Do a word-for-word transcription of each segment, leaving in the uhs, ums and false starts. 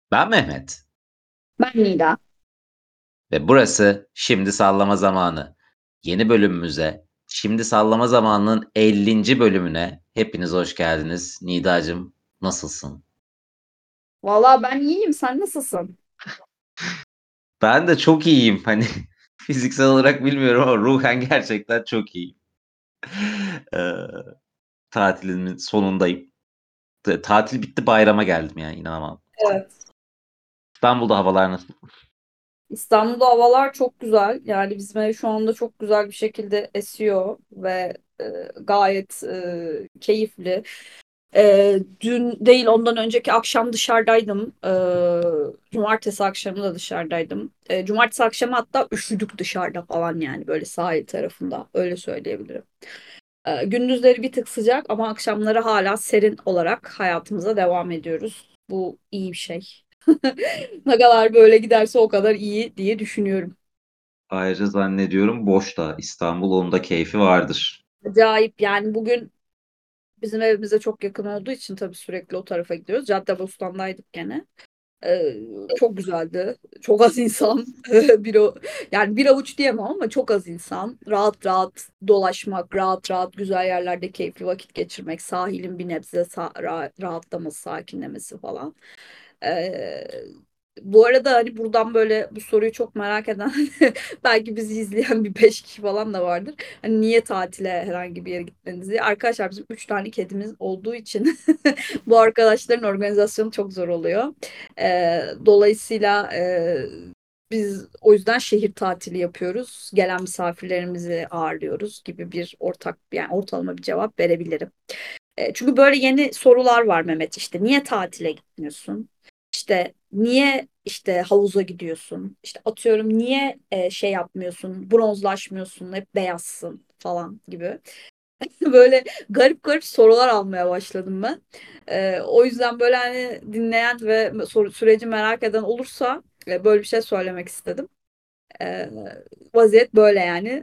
Ben Mehmet Ben Nida. ve burası Şimdi Sallama Zamanı. Yeni bölümümüze, Şimdi Sallama Zamanı'nın ellinci bölümüne hepiniz hoş geldiniz. Nidacığım nasılsın? Valla ben iyiyim. Sen nasılsın? Ben de çok iyiyim. Hani fiziksel olarak bilmiyorum ama ruhen gerçekten çok iyiyim. Ee, Tatilimin sonundayım. Ta- Tatil bitti, bayrama geldim yani, inanamam. Evet. İstanbul'da havalar nasıl? İstanbul'da havalar çok güzel. Yani bizim ev şu anda çok güzel bir şekilde esiyor ve e, gayet e, keyifli. E, dün değil ondan önceki akşam dışarıdaydım. E, cumartesi akşamı da dışarıdaydım. E, cumartesi akşamı hatta üşüdük dışarıda falan yani böyle sahil tarafında öyle söyleyebilirim. E, gündüzleri bir tık sıcak ama akşamları hala serin olarak hayatımıza devam ediyoruz. Bu iyi bir şey. Ne kadar böyle giderse o kadar iyi diye düşünüyorum. Ayrıca zannediyorum boşta. İstanbul, onda keyfi vardır. Acayip yani bugün bizim evimize çok yakın olduğu için tabii sürekli o tarafa gidiyoruz. Caddebostan'daydık gene. Ee, çok güzeldi. Çok az insan. bir o, yani bir avuç diyemem ama çok az insan. Rahat rahat dolaşmak, rahat rahat güzel yerlerde keyifli vakit geçirmek, sahilin bir nebze sa- ra- rahatlaması, sakinlemesi falan. Ee, bu arada hani buradan böyle bu soruyu çok merak eden belki bizi izleyen bir beş kişi falan da vardır. Hani niye tatile herhangi bir yere gitmeniz diye. Arkadaşlar bizim üç tane kedimiz olduğu için bu arkadaşların organizasyonu çok zor oluyor. Ee, dolayısıyla e, biz o yüzden şehir tatili yapıyoruz. Gelen misafirlerimizi ağırlıyoruz gibi bir ortak yani ortalama bir cevap verebilirim. E, çünkü böyle yeni sorular var Mehmet işte niye tatile gitmiyorsun? İşte niye işte havuza gidiyorsun? İşte atıyorum niye e, şey yapmıyorsun? Bronzlaşmıyorsun, hep beyazsın falan gibi. Böyle garip garip sorular almaya başladım ben. E, o yüzden böyle hani dinleyen ve soru, süreci merak eden olursa e, böyle bir şey söylemek istedim. E, vaziyet böyle yani.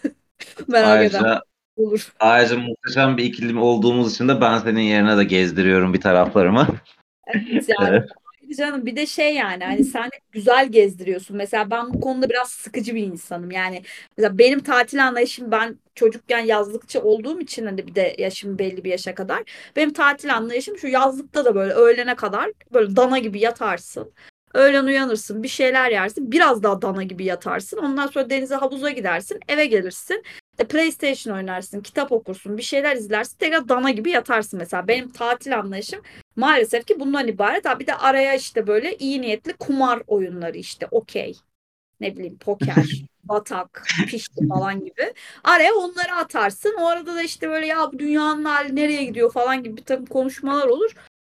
Merak eden Ayrıca olur. Ayrıca muhteşem bir ikili olduğumuz için de ben senin yerine de gezdiriyorum bir taraflarımı. Evet yani Evet. ayrı canım bir de şey yani hani sen güzel gezdiriyorsun. Mesela ben bu konuda biraz sıkıcı bir insanım. Yani mesela benim tatil anlayışım ben çocukken yazlıkçı olduğum için hani bir de yaşım belli bir yaşa kadar benim tatil anlayışım şu yazlıkta da böyle öğlene kadar böyle dana gibi yatarsın. Öğlen uyanırsın, bir şeyler yersin, biraz daha dana gibi yatarsın. Ondan sonra denize, havuza gidersin, eve gelirsin. E, PlayStation oynarsın, kitap okursun, bir şeyler izlersin, tekrar dana gibi yatarsın mesela. Benim tatil anlayışım maalesef ki bundan ibaret. Ha bir de araya işte böyle iyi niyetli kumar oyunları işte okey, ne bileyim poker, batak, pişti falan gibi. Araya onları atarsın. O arada da işte böyle ya bu dünyanın hali nereye gidiyor falan gibi bir takım konuşmalar olur.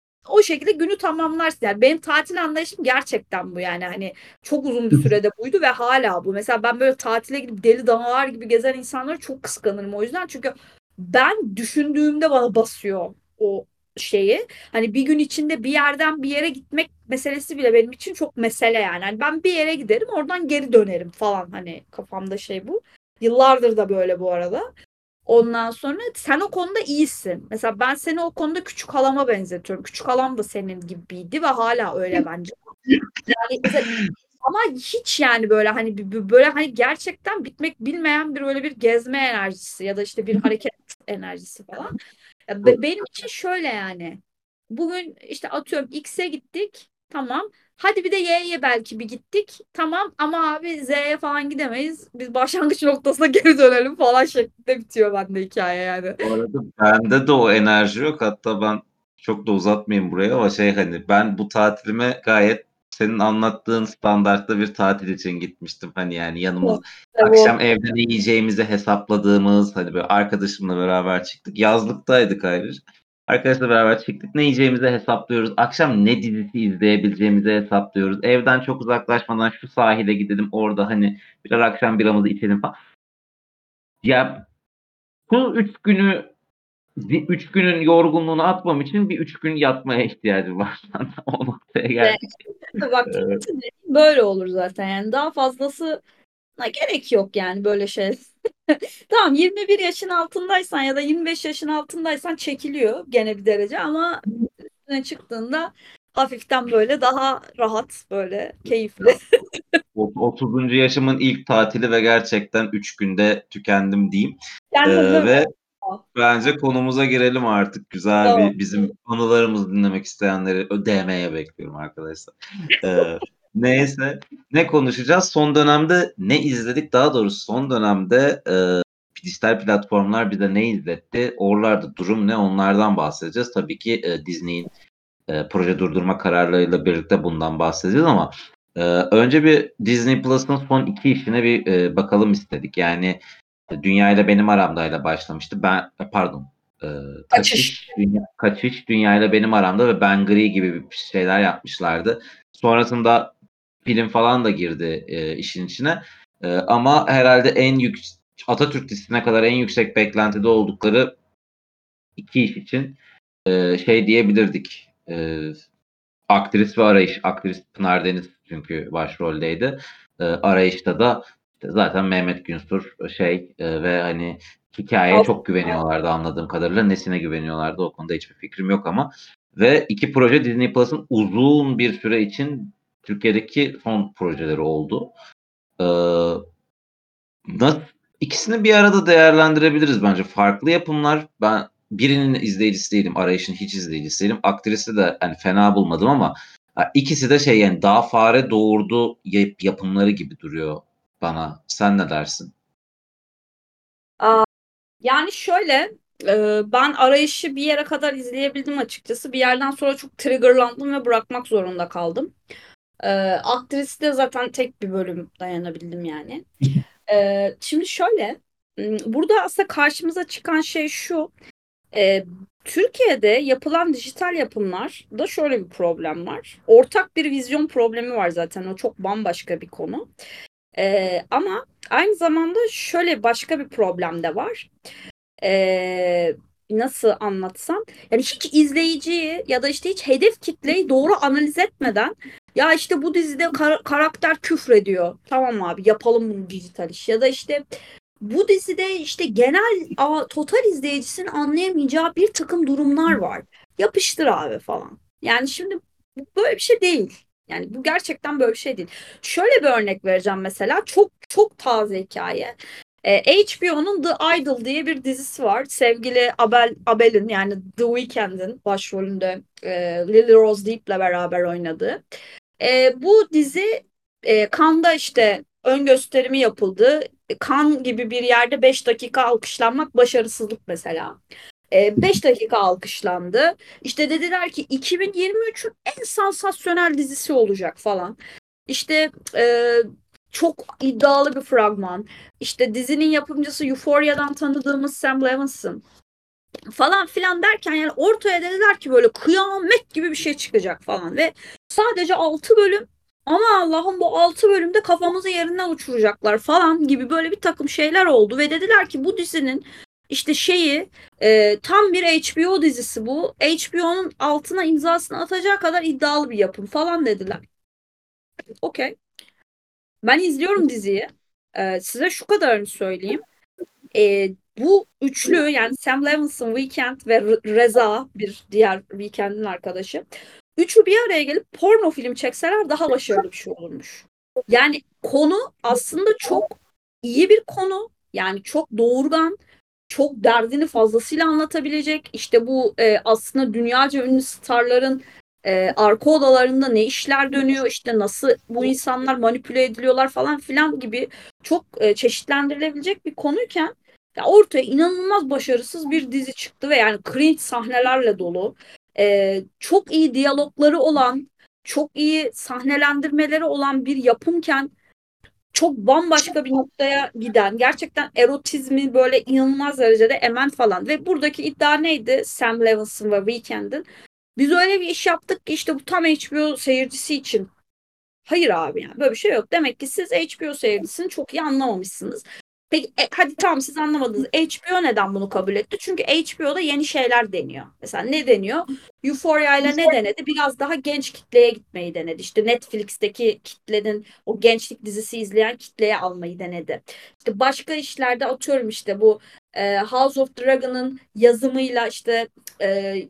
O şekilde günü tamamlarsın. Yani benim tatil anlayışım gerçekten bu yani hani çok uzun bir sürede buydu ve hala bu. Mesela ben böyle tatile gidip deli danalar gibi gezen insanları çok kıskanırım o yüzden. Çünkü ben düşündüğümde bana basıyor o şeyi. Hani bir gün içinde bir yerden bir yere gitmek meselesi bile benim için çok mesele yani. Hani ben bir yere giderim oradan geri dönerim falan hani kafamda şey bu. Yıllardır da böyle bu arada. Ondan sonra sen o konuda iyisin. Mesela ben seni o konuda küçük halama benzetiyorum. Küçük halam da senin gibiydi ve hala öyle bence. Yani mesela ama hiç yani böyle hani bir- bir- böyle hani gerçekten bitmek bilmeyen bir öyle bir gezme enerjisi ya da işte bir hareket enerjisi falan. Ya be- benim için şöyle yani. Bugün işte atıyorum X'e gittik. Tamam. Hadi bir de Y'ye belki bir gittik. Tamam ama abi Z'ye falan gidemeyiz. Biz başlangıç noktasına geri dönelim falan şeklinde bitiyor bende hikaye yani. Bu arada bende de o enerji yok. Hatta ben çok da uzatmayayım buraya ama şey, hani ben bu tatilime gayet senin anlattığın standartta bir tatil için gitmiştim. Hani yani yanımız İşte akşam bu. evde ne yiyeceğimizi hesapladığımız, hani böyle arkadaşımla beraber çıktık. Yazlıktaydık ayrıca. Arkadaşla beraber çıktık. Ne yiyeceğimizi hesaplıyoruz. Akşam ne dizisi izleyebileceğimizi hesaplıyoruz. Evden çok uzaklaşmadan şu sahile gidelim. Orada hani birer akşam biramızı içelim falan. Ya bu üç günü bir üç günün yorgunluğunu atmam için bir üç gün yatmaya ihtiyacım var. O noktaya Ve geldik. bak Evet. böyle olur zaten yani daha fazlası ha, gerek yok yani böyle şey. Tamam yirmi bir yaşın altındaysan ya da yirmi beş yaşın altındaysan çekiliyor gene bir derece ama üstüne çıktığında Hafiften böyle daha rahat, böyle keyifli. Ya, o- otuzuncu yaşımın ilk tatili ve gerçekten üç günde tükendim diyeyim. Kendin değil Ee, mi? ve Oh, bence konumuza girelim artık. Güzel tamam. bir bizim anılarımızı dinlemek isteyenleri D M'ye bekliyorum arkadaşlar. Ee, neyse ne konuşacağız? Son dönemde ne izledik? Daha doğrusu son dönemde e, dijital platformlar bize ne izletti? Oralarda durum ne? Onlardan bahsedeceğiz. Tabii ki e, Disney'in e, proje durdurma kararlarıyla birlikte bundan bahsedeceğiz ama e, önce bir Disney Plus'ın son iki işine bir e, bakalım istedik. Yani e, Dünya ile Benim Aramda'yla başlamıştı. Ben e, pardon e, Kaçış. Kaçış Dünya, Kaçış Dünya ile Benim Aramda ve Ben Gri gibi bir şeyler yapmışlardı. Sonrasında film falan da girdi e, işin içine. E, ama herhalde en yük Atatürk dizisine kadar en yüksek beklentide oldukları iki iş için e, şey diyebilirdik. E, Aktris ve Arayış. Aktris Pınar Deniz çünkü başroldeydi. E, Arayış'ta da işte zaten Mehmet Günsur şey e, ve hani hikayeye Al- çok güveniyorlardı anladığım kadarıyla. Nesine güveniyorlardı o konuda hiçbir fikrim yok ama. Ve iki proje Disney Plus'ın uzun bir süre için Türkiye'deki son projeleri oldu. Ee, nasıl, ikisini bir arada değerlendirebiliriz bence. Farklı yapımlar. Ben birinin izleyicisi değilim. Arayış'ın hiç izleyicisi değilim. Aktrisi de hani fena bulmadım ama ha, ikisi de şey yani daha fare doğurdu yap- yapımları gibi duruyor bana. Sen ne dersin? Aa, yani şöyle, e, ben Arayış'ı bir yere kadar izleyebildim açıkçası. Bir yerden sonra çok triggerlandım ve bırakmak zorunda kaldım. E, Aktrisi de zaten tek bir bölüm dayanabildim yani. E, şimdi şöyle, m, burada aslında karşımıza çıkan şey şu. E, Türkiye'de yapılan dijital yapımlarda şöyle bir problem var. Ortak bir vizyon problemi var zaten. O çok bambaşka bir konu. E, ama aynı zamanda şöyle başka bir problem de var. Ee, Nasıl anlatsam, yani hiç izleyiciyi ya da işte hiç hedef kitleyi doğru analiz etmeden, ya işte bu dizide kar- karakter küfrediyor, tamam abi yapalım bunu dijital iş, ya da işte bu dizide işte genel a, total izleyicisinin anlayamayacağı bir takım durumlar var, yapıştır abi falan. Yani şimdi bu böyle bir şey değil. Yani bu gerçekten böyle bir şey değil. Şöyle bir örnek vereceğim mesela, çok çok taze hikaye. E, H B O'nun The Idol diye bir dizisi var. Sevgili Abel, Abel'in, yani The Weeknd'in başrolünde e, Lily Rose Depp'le beraber oynadığı. E, bu dizi e, Cannes'da işte ön gösterimi yapıldı. E, Cannes gibi bir yerde beş dakika alkışlanmak başarısızlık mesela. E, beş dakika alkışlandı. İşte dediler ki iki bin yirmi üçün en sansasyonel dizisi olacak falan. İşte e, çok iddialı bir fragman. İşte dizinin yapımcısı Euphoria'dan tanıdığımız Sam Levinson falan filan derken, yani ortaya dediler ki böyle kıyamet gibi bir şey çıkacak falan ve sadece altı bölüm, ama Allah'ım bu altı bölümde kafamızı yerinden uçuracaklar falan gibi böyle bir takım şeyler oldu ve dediler ki bu dizinin işte şeyi, e, tam bir H B O dizisi bu. H B O'nun altına imzasını atacağı kadar iddialı bir yapım falan dediler. Okey. Ben izliyorum diziyi. Ee, size şu kadarını söyleyeyim. Ee, bu üçlü, yani Sam Levinson, Weeknd ve R- Reza, bir diğer Weeknd'in arkadaşı. Üçü bir araya gelip porno film çekseler daha başarılı bir şey olurmuş. Yani konu aslında çok iyi bir konu. Yani çok doğurgan, çok derdini fazlasıyla anlatabilecek. İşte bu e, aslında dünyaca ünlü starların e, arka odalarında ne işler dönüyor, işte nasıl bu insanlar manipüle ediliyorlar falan filan gibi çok e, çeşitlendirilebilecek bir konuyken, ya ortaya inanılmaz başarısız bir dizi çıktı ve yani cringe sahnelerle dolu, e, çok iyi diyalogları olan, çok iyi sahnelendirmeleri olan bir yapımken çok bambaşka bir noktaya giden, gerçekten erotizmi böyle inanılmaz derecede emen falan. Ve buradaki iddia neydi Sam Levinson ve Weeknd'in? Biz öyle bir iş yaptık ki işte bu tam H B O seyircisi için. Hayır abi, yani böyle bir şey yok. Demek ki siz H B O seyircisini çok iyi anlamamışsınız. Peki e, hadi tamam, siz anlamadınız. H B O neden bunu kabul etti? Çünkü H B O'da yeni şeyler deniyor. Mesela ne deniyor? Euphoria ile ne denedi? Biraz daha genç kitleye gitmeyi denedi. İşte Netflix'teki kitlenin o gençlik dizisi izleyen kitleye almayı denedi. İşte başka işlerde atıyorum, işte bu e, House of Dragon'ın yazımıyla işte e,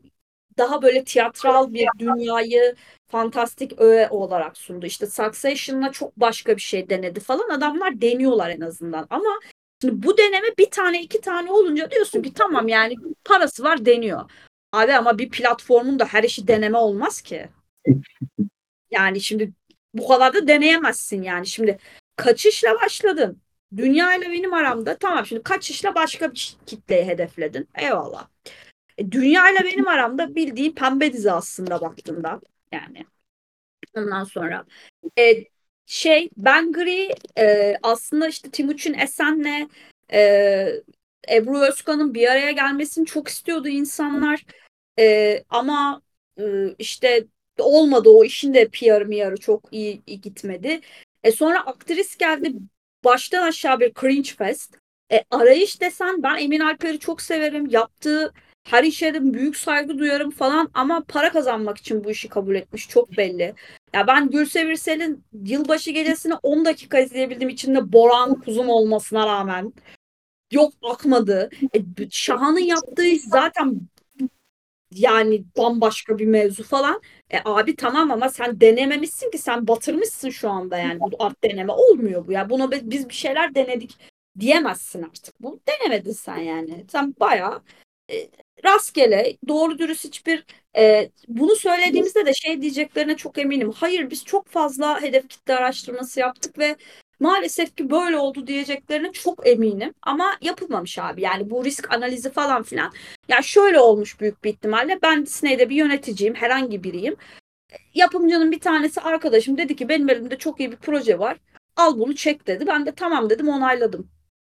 daha böyle tiyatral bir dünyayı fantastik öğe olarak sundu. İşte Succession'la çok başka bir şey denedi falan. Adamlar deniyorlar en azından. Ama şimdi bu deneme bir tane iki tane olunca diyorsun ki tamam yani parası var deniyor. Abi ama bir platformun da her işi deneme olmaz ki. Yani şimdi bu kadar da deneyemezsin yani. Şimdi kaçışla başladın. Dünya ile benim aramda tamam şimdi kaçışla başka bir kitleyi hedefledin. Eyvallah. E, dünya ile benim aramda bildiğin pembe dizi aslında baktığında. Yani ondan sonra e, şey Ben Gri e, aslında işte Timuçin Esen'le e, Ebru Özkan'ın bir araya gelmesini çok istiyordu insanlar. E, ama e, işte olmadı, o işin de P R miyarı çok iyi, iyi gitmedi. E, sonra aktris geldi, baştan aşağı bir cringe fest. E, arayış desen ben Emin Alper'i çok severim. Yaptığı her işe de büyük saygı duyarım falan ama para kazanmak için bu işi kabul etmiş çok belli. Ya ben Gülse Birsel'in yılbaşı gecesini on dakika izleyebildim içinde Boran kuzum olmasına rağmen. Yok akmadı. E, Şahan'ın yaptığı iş zaten yani bambaşka bir mevzu falan. E abi tamam ama sen denememişsin ki, sen batırmışsın şu anda yani. Bu art deneme olmuyor bu ya. Buna biz bir şeyler denedik diyemezsin artık. Bu denemedin sen yani. Sen bayağı e, rastgele doğru dürüst hiçbir e, bunu söylediğimizde de şey diyeceklerine çok eminim. Hayır biz çok fazla hedef kitle araştırması yaptık ve maalesef ki böyle oldu diyeceklerine çok eminim. Ama yapılmamış abi. Yani bu risk analizi falan filan ya şöyle olmuş büyük bir ihtimalle. Ben Disney'de bir yöneticiyim, herhangi biriyim. Yapımcının bir tanesi arkadaşım dedi ki benim elimde çok iyi bir proje var. Al bunu çek dedi. Ben de tamam dedim, onayladım.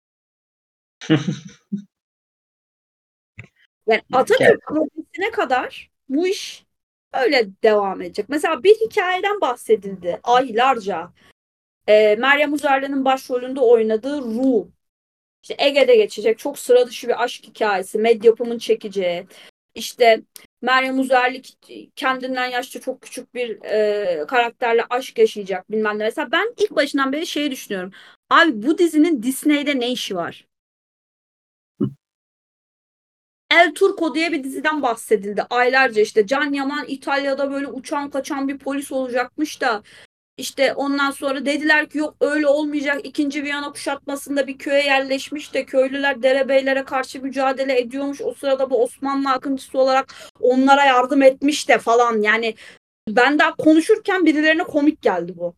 Yani Hikaye. Atatürk projesine kadar bu iş öyle devam edecek. Mesela bir hikayeden bahsedildi aylarca. Ee, Meryem Uzerli'nin başrolünde oynadığı Ru. İşte Ege'de geçecek çok sıra dışı bir aşk hikayesi. Medyapım'ın çekeceği. İşte Meryem Uzerli kendinden yaşça çok küçük bir e, karakterle aşk yaşayacak bilmem ne. Mesela ben ilk başından beri şeyi düşünüyorum. Abi bu dizinin Disney'de ne işi var? El Turco diye bir diziden bahsedildi aylarca, işte Can Yaman İtalya'da böyle uçan kaçan bir polis olacakmış da İşte ondan sonra dediler ki yok öyle olmayacak. İkinci Viyana kuşatmasında bir köye yerleşmiş de köylüler derebeylere karşı mücadele ediyormuş. O sırada bu Osmanlı akıncısı olarak onlara yardım etmiş de falan. Yani ben daha konuşurken birilerine komik geldi bu.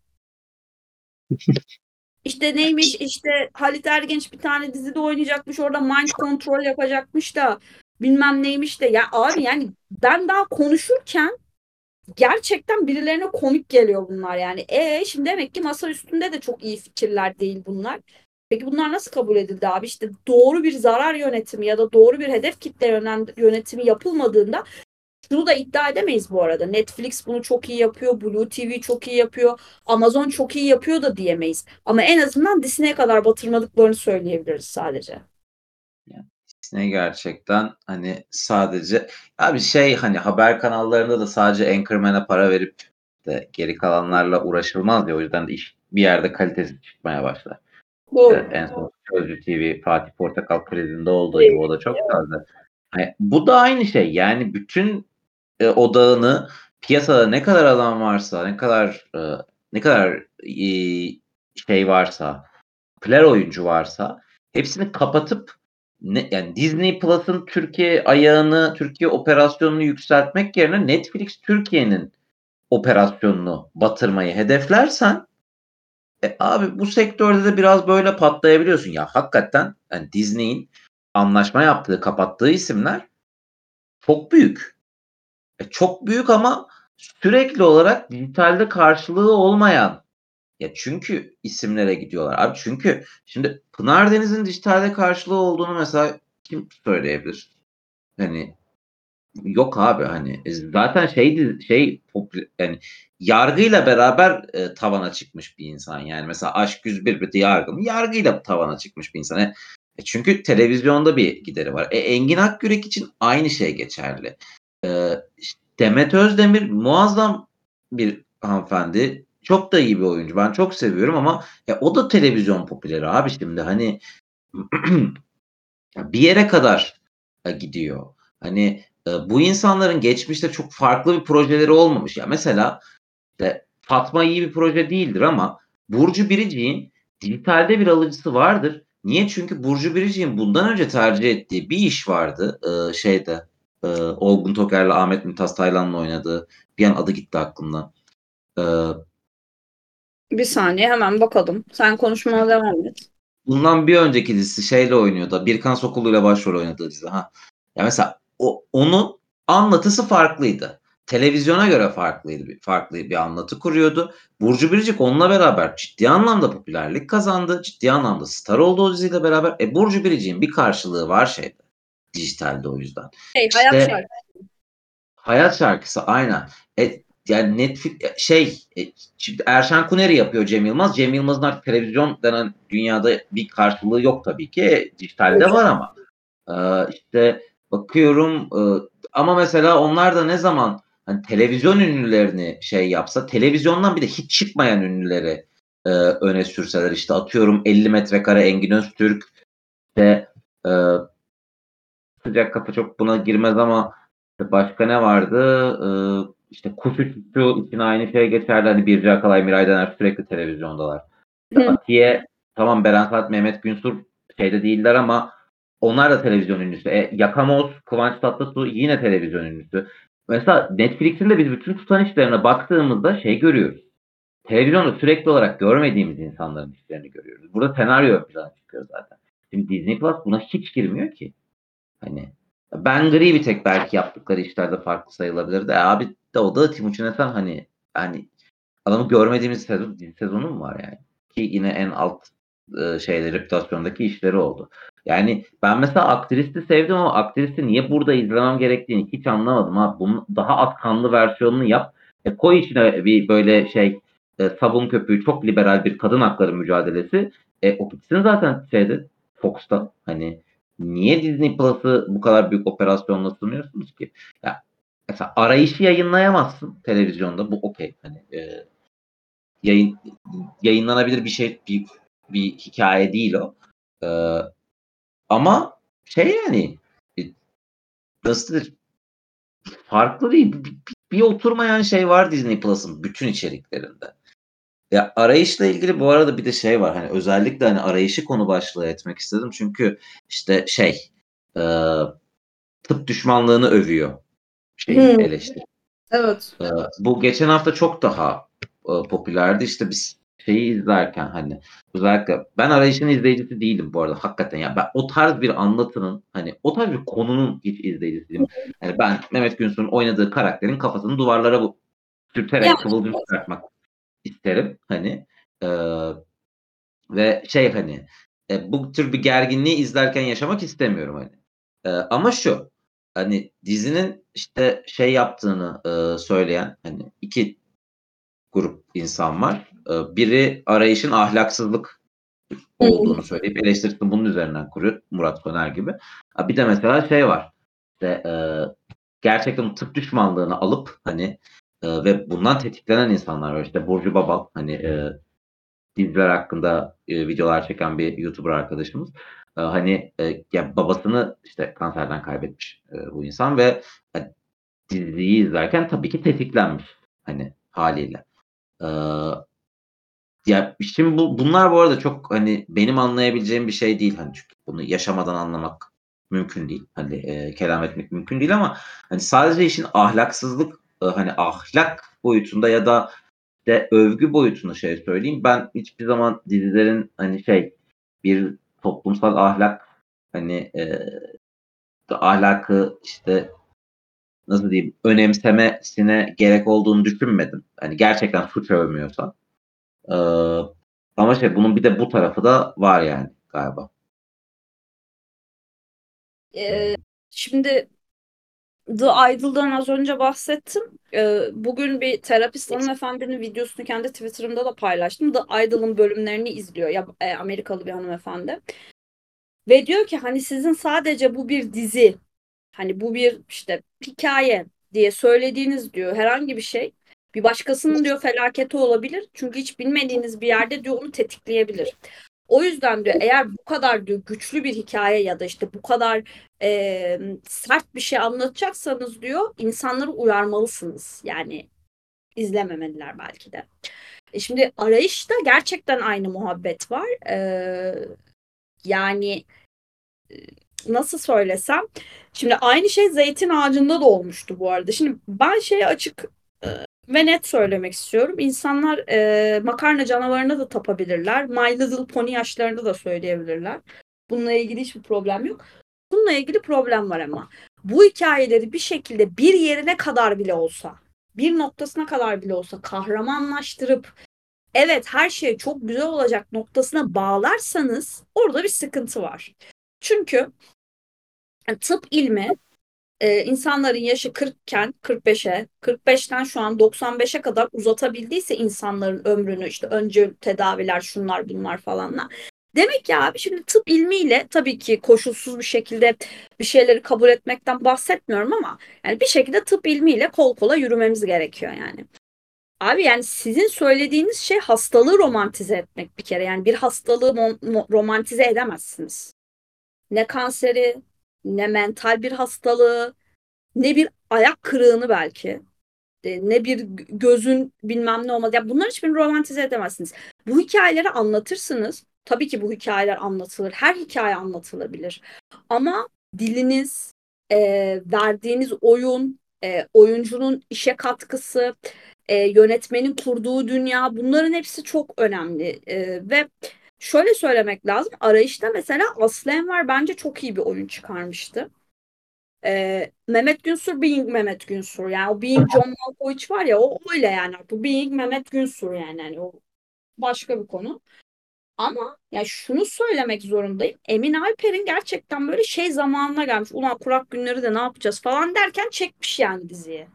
İşte neymiş, işte Halit Ergenç bir tane dizide oynayacakmış, orada mind control yapacakmış da bilmem neymiş de. Ya abi yani ben daha konuşurken gerçekten birilerine komik geliyor bunlar yani. E şimdi demek ki masa üstünde de çok iyi fikirler değil bunlar. Peki bunlar nasıl kabul edildi abi? İşte doğru bir zarar yönetimi ya da doğru bir hedef kitle yönetimi yapılmadığında şunu da iddia edemeyiz bu arada. Netflix bunu çok iyi yapıyor, Blue T V çok iyi yapıyor, Amazon çok iyi yapıyor da diyemeyiz. Ama en azından Disney'e kadar batırmadıklarını söyleyebiliriz sadece. Yani Disney gerçekten hani sadece abi şey hani haber kanallarında da sadece Anchorman'a para verip de geri kalanlarla uğraşılmaz ya, o yüzden de iş bir yerde kalitesiz çıkmaya başlar. İşte Doğru. en son Sözcü T V Fatih Portakal krizinde olduğu gibi o da çok fazla. Hani bu da aynı şey yani bütün e, odağını piyasada ne kadar alan varsa ne kadar e, ne kadar e, şey varsa popüler oyuncu varsa hepsini kapatıp ne, yani Disney Plus'ın Türkiye ayağını, Türkiye operasyonunu yükseltmek yerine Netflix Türkiye'nin operasyonunu batırmayı hedeflersen e, abi bu sektörde de biraz böyle patlayabiliyorsun. Ya hakikaten yani Disney'in anlaşma yaptığı, kapattığı isimler çok büyük. E, çok büyük ama sürekli olarak dijitalde karşılığı olmayan. Ya çünkü isimlere gidiyorlar. Abi çünkü şimdi Pınar Deniz'in dijitalde karşılığı olduğunu mesela kim söyleyebilir? Hani yok abi hani e, zaten şeydi şey popü- yani yargıyla beraber e, tavana çıkmış bir insan yani mesela Aşk yüz bir bir yargı mı? Yargıyla tavana çıkmış bir insan. E, e çünkü televizyonda bir gideri var. E, Engin Akgürek için aynı şey geçerli. E, işte Demet Özdemir muazzam bir hanımefendi. Çok da iyi bir oyuncu. Ben çok seviyorum ama e, o da televizyon popüleri abi şimdi hani bir yere kadar e, gidiyor. Hani e, bu insanların geçmişte çok farklı bir projeleri olmamış. Ya mesela işte Fatma iyi bir proje değildir ama Burcu Biricik'in dijitalde bir alıcısı vardır. Niye? Çünkü Burcu Biricik'in bundan önce tercih ettiği bir iş vardı. Ee, şeyde e, Olgun Toker'le Ahmet Mümtaz Taylan'la oynadığı. Bir an adı gitti aklımdan. Ee, Bir saniye hemen bakalım. Sen konuşmana devam et. bundan bir önceki dizisi şeyle oynuyordu. Birkan Sokullu'yla başrol oynadığı dizi. Ha. Ya mesela o, onun anlatısı farklıydı. Televizyona göre farklıydı. Bir, farklı bir anlatı kuruyordu. Burcu Biricik onunla beraber ciddi anlamda popülerlik kazandı. Ciddi anlamda star oldu o diziyle beraber. E Burcu Biricik'in bir karşılığı var şeyde. Dijitalde o yüzden. Şey, hayat İşte şarkısı. Hayat Şarkısı aynen. E, yani Netflix şey e, şimdi Erşen Kuneri yapıyor Cem Yılmaz. Cem Yılmaz'ın artık televizyon denen dünyada bir karşılığı yok tabii ki. E, dijitalde var ama. E, işte bakıyorum e, ama mesela onlar da ne zaman hani televizyon ünlülerini şey yapsa televizyondan bir de hiç çıkmayan ünlüleri e, öne sürseler işte atıyorum elli metrekare Engin Öztürk işte e, sıcak kafa çok buna girmez ama işte başka ne vardı? Ee, işte Kuş Uçuşu için aynı şey geçerli. Hani Birce Akalay, Miray Daner sürekli televizyondalar. İşte Hı. Atiye, tamam Beren Saat, Mehmet Günsur şeyde değiller ama onlar da televizyon ünlüsü. E, Yakamoz, Kıvanç Tatlıtuğ yine televizyon ünlüsü. Mesela Netflix'in de biz bütün tutan işlerine baktığımızda şey görüyoruz. Televizyonda sürekli olarak görmediğimiz insanların işlerini görüyoruz. Burada senaryo ön plana çıkıyor zaten. Şimdi Disney Plus buna hiç girmiyor ki. Hani Ben Gri bir tek belki yaptıkları işlerde farklı sayılabilirdi. E abi de o da Timuçin Esen hani yani adamı görmediğimiz sezon, dizi sezonu mu var yani? Ki yine en alt e, şeyleri, reputasyondaki işleri oldu. Yani ben mesela aktristi sevdim ama aktristi niye burada izlemem gerektiğini hiç anlamadım. Ha. Bunun daha az kanlı versiyonunu yap. E, koy içine bir böyle şey e, sabun köpüğü çok liberal bir kadın hakları mücadelesi. E, o gitsin zaten şeyde Fox'ta. Hani niye Disney Plus'ı bu kadar büyük operasyonla sunuyorsunuz ki? Ya, mesela arayışı yayınlayamazsın televizyonda. Bu okey. Hani e, yayın yayınlanabilir bir şey bir, bir hikaye değil o. Ee, ama şey yani e, nasıl denir? Farklı değil. Bir, bir, bir oturmayan şey var Disney Plus'ın bütün içeriklerinde. Ya arayışla ilgili bu arada bir de şey var. Hani özellikle hani arayışı konu başlığı etmek istedim. Çünkü işte şey e, tıp düşmanlığını övüyor şeyin Hı. eleştiri. Evet. Ee, bu geçen hafta çok daha e, popülerdi. İşte biz şeyi izlerken hani özellikle ben Arayış'ın izleyicisi değilim bu arada hakikaten ya ben o tarz bir anlatının hani o tarz bir konunun hiç izleyicisiyim. Yani ben Mehmet Günsur'un oynadığı karakterin kafasını duvarlara bu Yani sürterek kıvılcım çıkartmak isterim hani. Ee, ve şey hani e, bu tür bir gerginliği izlerken yaşamak istemiyorum hani. E, ama şu hani dizinin işte şey yaptığını e, söyleyen hani iki grup insan var. E, biri arayışın ahlaksızlık Hı. olduğunu söyleyip eleştirisini bunun üzerinden kuruyor. Murat Soner gibi. Ha, bir de mesela şey var. İşte, e, gerçekten tıp düşmanlığını alıp hani e, ve bundan tetiklenen insanlar var. İşte Burcu Babal hani e, diziler hakkında e, videolar çeken bir YouTuber arkadaşımız. E, hani e, ya babasını işte kanserden kaybetmiş e, bu insan ve e, diziyi izlerken tabii ki tetiklenmiş hani haliyle. E, ya şimdi bu bunlar bu arada çok hani benim anlayabileceğim bir şey değil hani çünkü bunu yaşamadan anlamak mümkün değil. Hani e, kelam etmek mümkün değil ama hani sadece işin ahlaksızlık e, hani ahlak boyutunda ya da de övgü boyutunu şey söyleyeyim. Ben hiçbir zaman dizilerin hani şey bir toplumsal ahlak hani e, ahlakı işte nasıl diyeyim önemsemesine gerek olduğunu düşünmedim. Hani gerçekten suç övmüyorsa. Ee, ama şey bunun bir de bu tarafı da var yani galiba. Ee, şimdi The Idol'dan az önce bahsettim. Ee, bugün bir terapist hanımefendinin videosunu kendi Twitter'ımda da paylaştım. The Idol'ın bölümlerini izliyor. Ya, e, Amerikalı bir hanımefendi. Ve diyor ki hani sizin sadece bu bir dizi, hani bu bir işte hikaye diye söylediğiniz diyor herhangi bir şey bir başkasının diyor felaketi olabilir. Çünkü hiç bilmediğiniz bir yerde diyor onu tetikleyebilir. O yüzden diyor eğer bu kadar diyor güçlü bir hikaye ya da işte bu kadar e, sert bir şey anlatacaksanız diyor insanları uyarmalısınız. Yani izlememeliler belki de. E şimdi Arayış'ta gerçekten aynı muhabbet var. Ee, yani nasıl söylesem. Şimdi aynı şey Zeytin Ağacı'nda da olmuştu bu arada. Şimdi ben şeye açık e, ve net söylemek istiyorum. İnsanlar e, makarna canavarına da tapabilirler. My Little Pony yaşlarında da söyleyebilirler. Bununla ilgili hiçbir problem yok. Bununla ilgili problem var ama. Bu hikayeleri bir şekilde bir yerine kadar bile olsa, bir noktasına kadar bile olsa kahramanlaştırıp evet her şey çok güzel olacak noktasına bağlarsanız orada bir sıkıntı var. Çünkü tıp ilmi e, insanların yaşı kırk iken kırk beşe, kırk beşten şu an doksan beşe kadar uzatabildiyse insanların ömrünü işte önce tedaviler şunlar bunlar falanla. Demek ki abi şimdi tıp ilmiyle tabii ki koşulsuz bir şekilde bir şeyleri kabul etmekten bahsetmiyorum ama yani bir şekilde tıp ilmiyle kol kola yürümemiz gerekiyor yani. Abi yani sizin söylediğiniz şey hastalığı romantize etmek bir kere. Yani bir hastalığı mo- mo- romantize edemezsiniz. Ne kanseri, ne mental bir hastalığı, ne bir ayak kırığını belki, e, ne bir g- gözün bilmem ne olmaz. Ya bunların hiçbirini romantize edemezsiniz. Bu hikayeleri anlatırsınız. Tabii ki bu hikayeler anlatılır. Her hikaye anlatılabilir. Ama diliniz, e, verdiğiniz oyun, e, oyuncunun işe katkısı, e, yönetmenin kurduğu dünya bunların hepsi çok önemli. E, ve şöyle söylemek lazım. Arayışta mesela Aslı Enver bence çok iyi bir oyun çıkarmıştı. E, Mehmet Günsür Being Mehmet Günsür. Yani o Being John Malkovich var ya o öyle yani. Bu Being Mehmet Günsür yani. Yani o başka bir konu. Ama ya şunu söylemek zorundayım. Emin Alper'in gerçekten böyle şey zamanına gelmiş. Ulan kurak günleri de ne yapacağız falan derken çekmiş yani diziyi.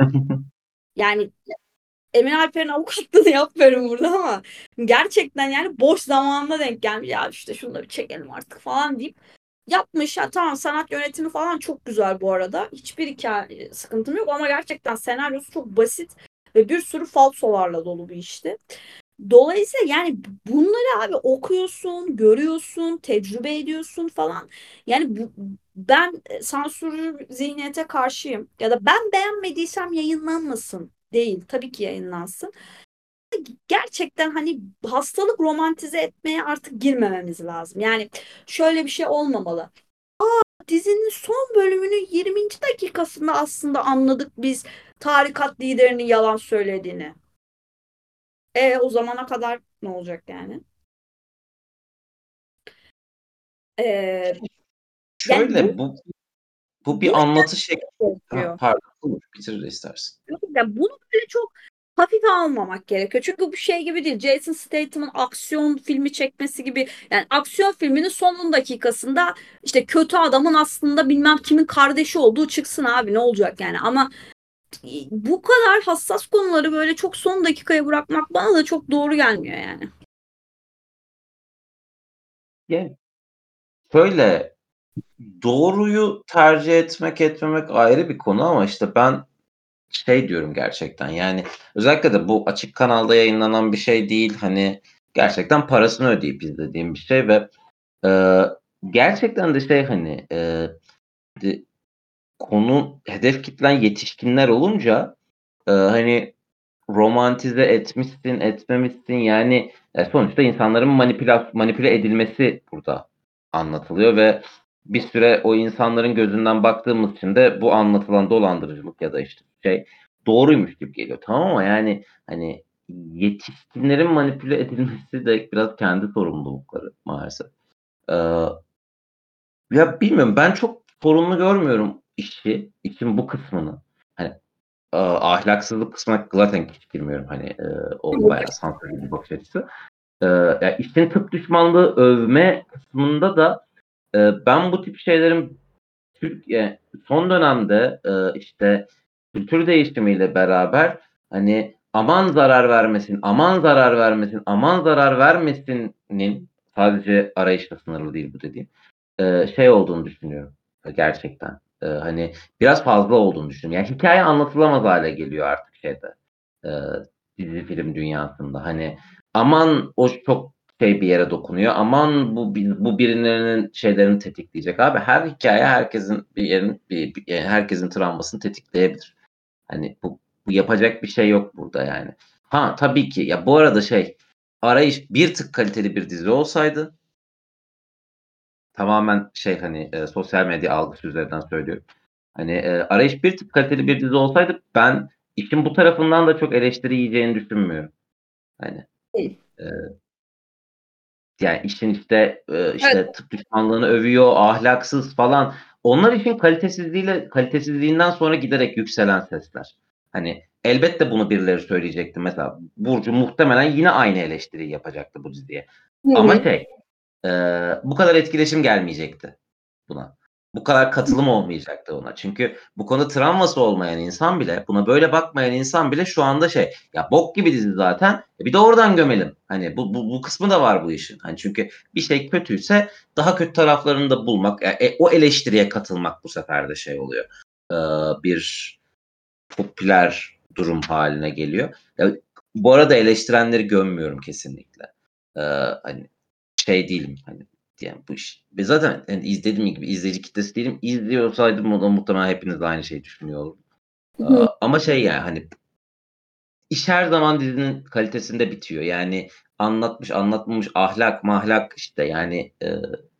Yani Emin Alper'in avukatlığını yapmıyorum burada ama gerçekten yani boş zamanına denk gelmiş. Ya işte şunu da bir çekelim artık falan deyip yapmış. Ya tamam sanat yönetimi falan çok güzel bu arada. Hiçbir hikaye sıkıntım yok ama gerçekten senaryosu çok basit ve bir sürü falsolarla dolu bir işti. Dolayısıyla yani bunları abi okuyorsun, görüyorsun, tecrübe ediyorsun falan. Yani bu, ben sansürlü zihniyete karşıyım. Ya da ben beğenmediysem yayınlanmasın. Değil. Tabii ki yayınlansın. Gerçekten hani hastalık romantize etmeye artık girmememiz lazım. Yani şöyle bir şey olmamalı. Dizinin son bölümünün yirminci dakikasında aslında anladık biz tarikat liderinin yalan söylediğini. E o zamana kadar ne olacak yani? E, yani bu Şöyle bu bu bir bunu anlatı şekli. Ha, gerekiyor. pardon. Buyur, bitir istersin. Yani bunu böyle çok hafife almamak gerekiyor. Çünkü bu şey gibi değil. Jason Statham'ın aksiyon filmi çekmesi gibi. Yani aksiyon filminin son on dakikasında işte kötü adamın aslında bilmem kimin kardeşi olduğu çıksın abi ne olacak yani. Ama bu kadar hassas konuları böyle çok son dakikaya bırakmak bana da çok doğru gelmiyor yani. Yani şöyle doğruyu tercih etmek etmemek ayrı bir konu ama işte ben şey diyorum gerçekten yani özellikle de bu açık kanalda yayınlanan bir şey değil hani gerçekten parasını ödeyip izlediğim bir şey ve e, gerçekten de şey hani e, de- konu hedef kitlen yetişkinler olunca e, hani romantize etmişsin, etmemişsin yani e, sonuçta insanların manipüla manipüle edilmesi burada anlatılıyor ve bir süre o insanların gözünden baktığımız için de bu anlatılan dolandırıcılık ya da işte şey doğruymuş gibi geliyor. Tamam ama yani hani yetişkinlerin manipüle edilmesi de biraz kendi sorumlulukları maalesef. Eee, ya bilmiyorum ben çok sorunlu görmüyorum işi, işin bu kısmını. Hani Aaa, ahlaksızlık kısmına zaten hiç girmiyorum. Hani, eee, o bayağı sansürlü bir bakış açısı. Eee, ya, işin tıp düşmanlığı övme kısmında da, eee, ben bu tip şeylerin Türkiye son dönemde, eee, işte, kültür değişimiyle beraber, hani, aman zarar vermesin, aman zarar vermesin, aman zarar vermesin'in sadece arayışla sınırlı değil bu dediğim, eee, şey olduğunu düşünüyorum, eee, gerçekten. Eee, hani, biraz fazla olduğunu düşünüyorum. Yani hikâye anlatılamaz hâle geliyor artık şeyde, eee, dizi film dünyasında. Hani, aman o çok şey bir yere dokunuyor. Aman bu bu birilerinin şeylerini tetikleyecek. Abi her hikaye herkesin bir yerin bir, bir herkesin travmasını tetikleyebilir. Hani bu, bu yapacak bir şey yok burada yani. Ha tabii ki ya bu arada şey Arayış bir tık kaliteli bir dizi olsaydı tamamen şey hani e, sosyal medya algısı üzerinden söylüyorum. Hani e, Arayış bir tık kaliteli bir dizi olsaydı ben işin bu tarafından da çok eleştiri yiyeceğini düşünmüyorum. Hani Değil. e, yani işin işte e, Evet. işte tıp düşmanlığını övüyor, ahlaksız falan. Onlar işin kalitesizliğiyle kalitesizliğinden sonra giderek yükselen sesler. Hani elbette bunu birileri söyleyecekti. Mesela Burcu muhtemelen yine aynı eleştiriyi yapacaktı bu diziye. Hı Ama hı. şey e, bu kadar etkileşim gelmeyecekti buna. Bu kadar katılım olmayacaktı ona. Çünkü bu konuda travması olmayan insan bile, buna böyle bakmayan insan bile şu anda şey, ya bok gibi dizi zaten. E bir de oradan gömelim. Hani bu, bu, bu kısmı da var bu işin. Hani çünkü bir şey kötüyse daha kötü taraflarını da bulmak, e, e, o eleştiriye katılmak bu sefer de şey oluyor. E, bir popüler durum haline geliyor. Ya, bu arada eleştirenleri gömmüyorum kesinlikle. E, hani şey değilim hani yani bu iş. Ve zaten yani izlediğim gibi izleyici kitlesi değilim. İzliyorsaydım o da muhtemelen hepiniz de aynı şeyi düşünüyor olurdum. Hı Ee, hı. ama şey yani hani iş her zaman dizinin kalitesinde bitiyor. Yani anlatmış anlatmamış ahlak mahlak işte yani, e,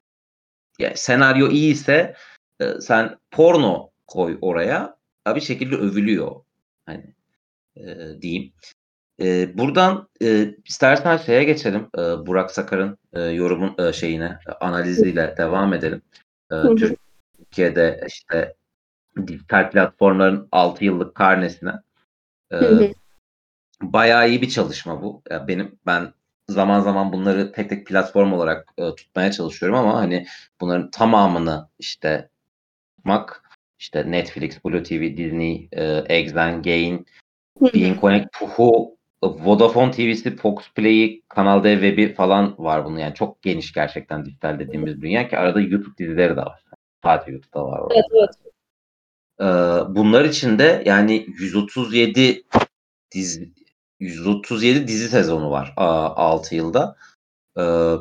yani senaryo iyiyse e, sen porno koy oraya bir şekilde övülüyor. Hani e, diyeyim. E, buradan e, istersen şeye geçelim. E, Burak Sakar'ın e, yorumun e, şeyine e, analiziyle devam edelim. E, Hı hı. Türkiye'de işte dijital platformların altı yıllık karnesine. E, Hı hı. bayağı iyi bir çalışma bu. Ya benim ben zaman zaman bunları tek tek platform olarak e, tutmaya çalışıyorum ama hani bunların tamamını işte tutmak işte Netflix, Blue T V, Disney, e, Exxen, Gain, Hı Bein hı. Connect, Puhu, Vodafone T V'si, Fox Play'i, Kanal D Web'i falan var bunun. Yani çok geniş gerçekten dijital dediğimiz dünya ki arada YouTube dizileri de var. Sadece YouTube'da var Evet, orada. evet. Ee, bunlar içinde yani yüz otuz yedi dizi yüz otuz yedi dizi sezonu var altı yılda. Ee,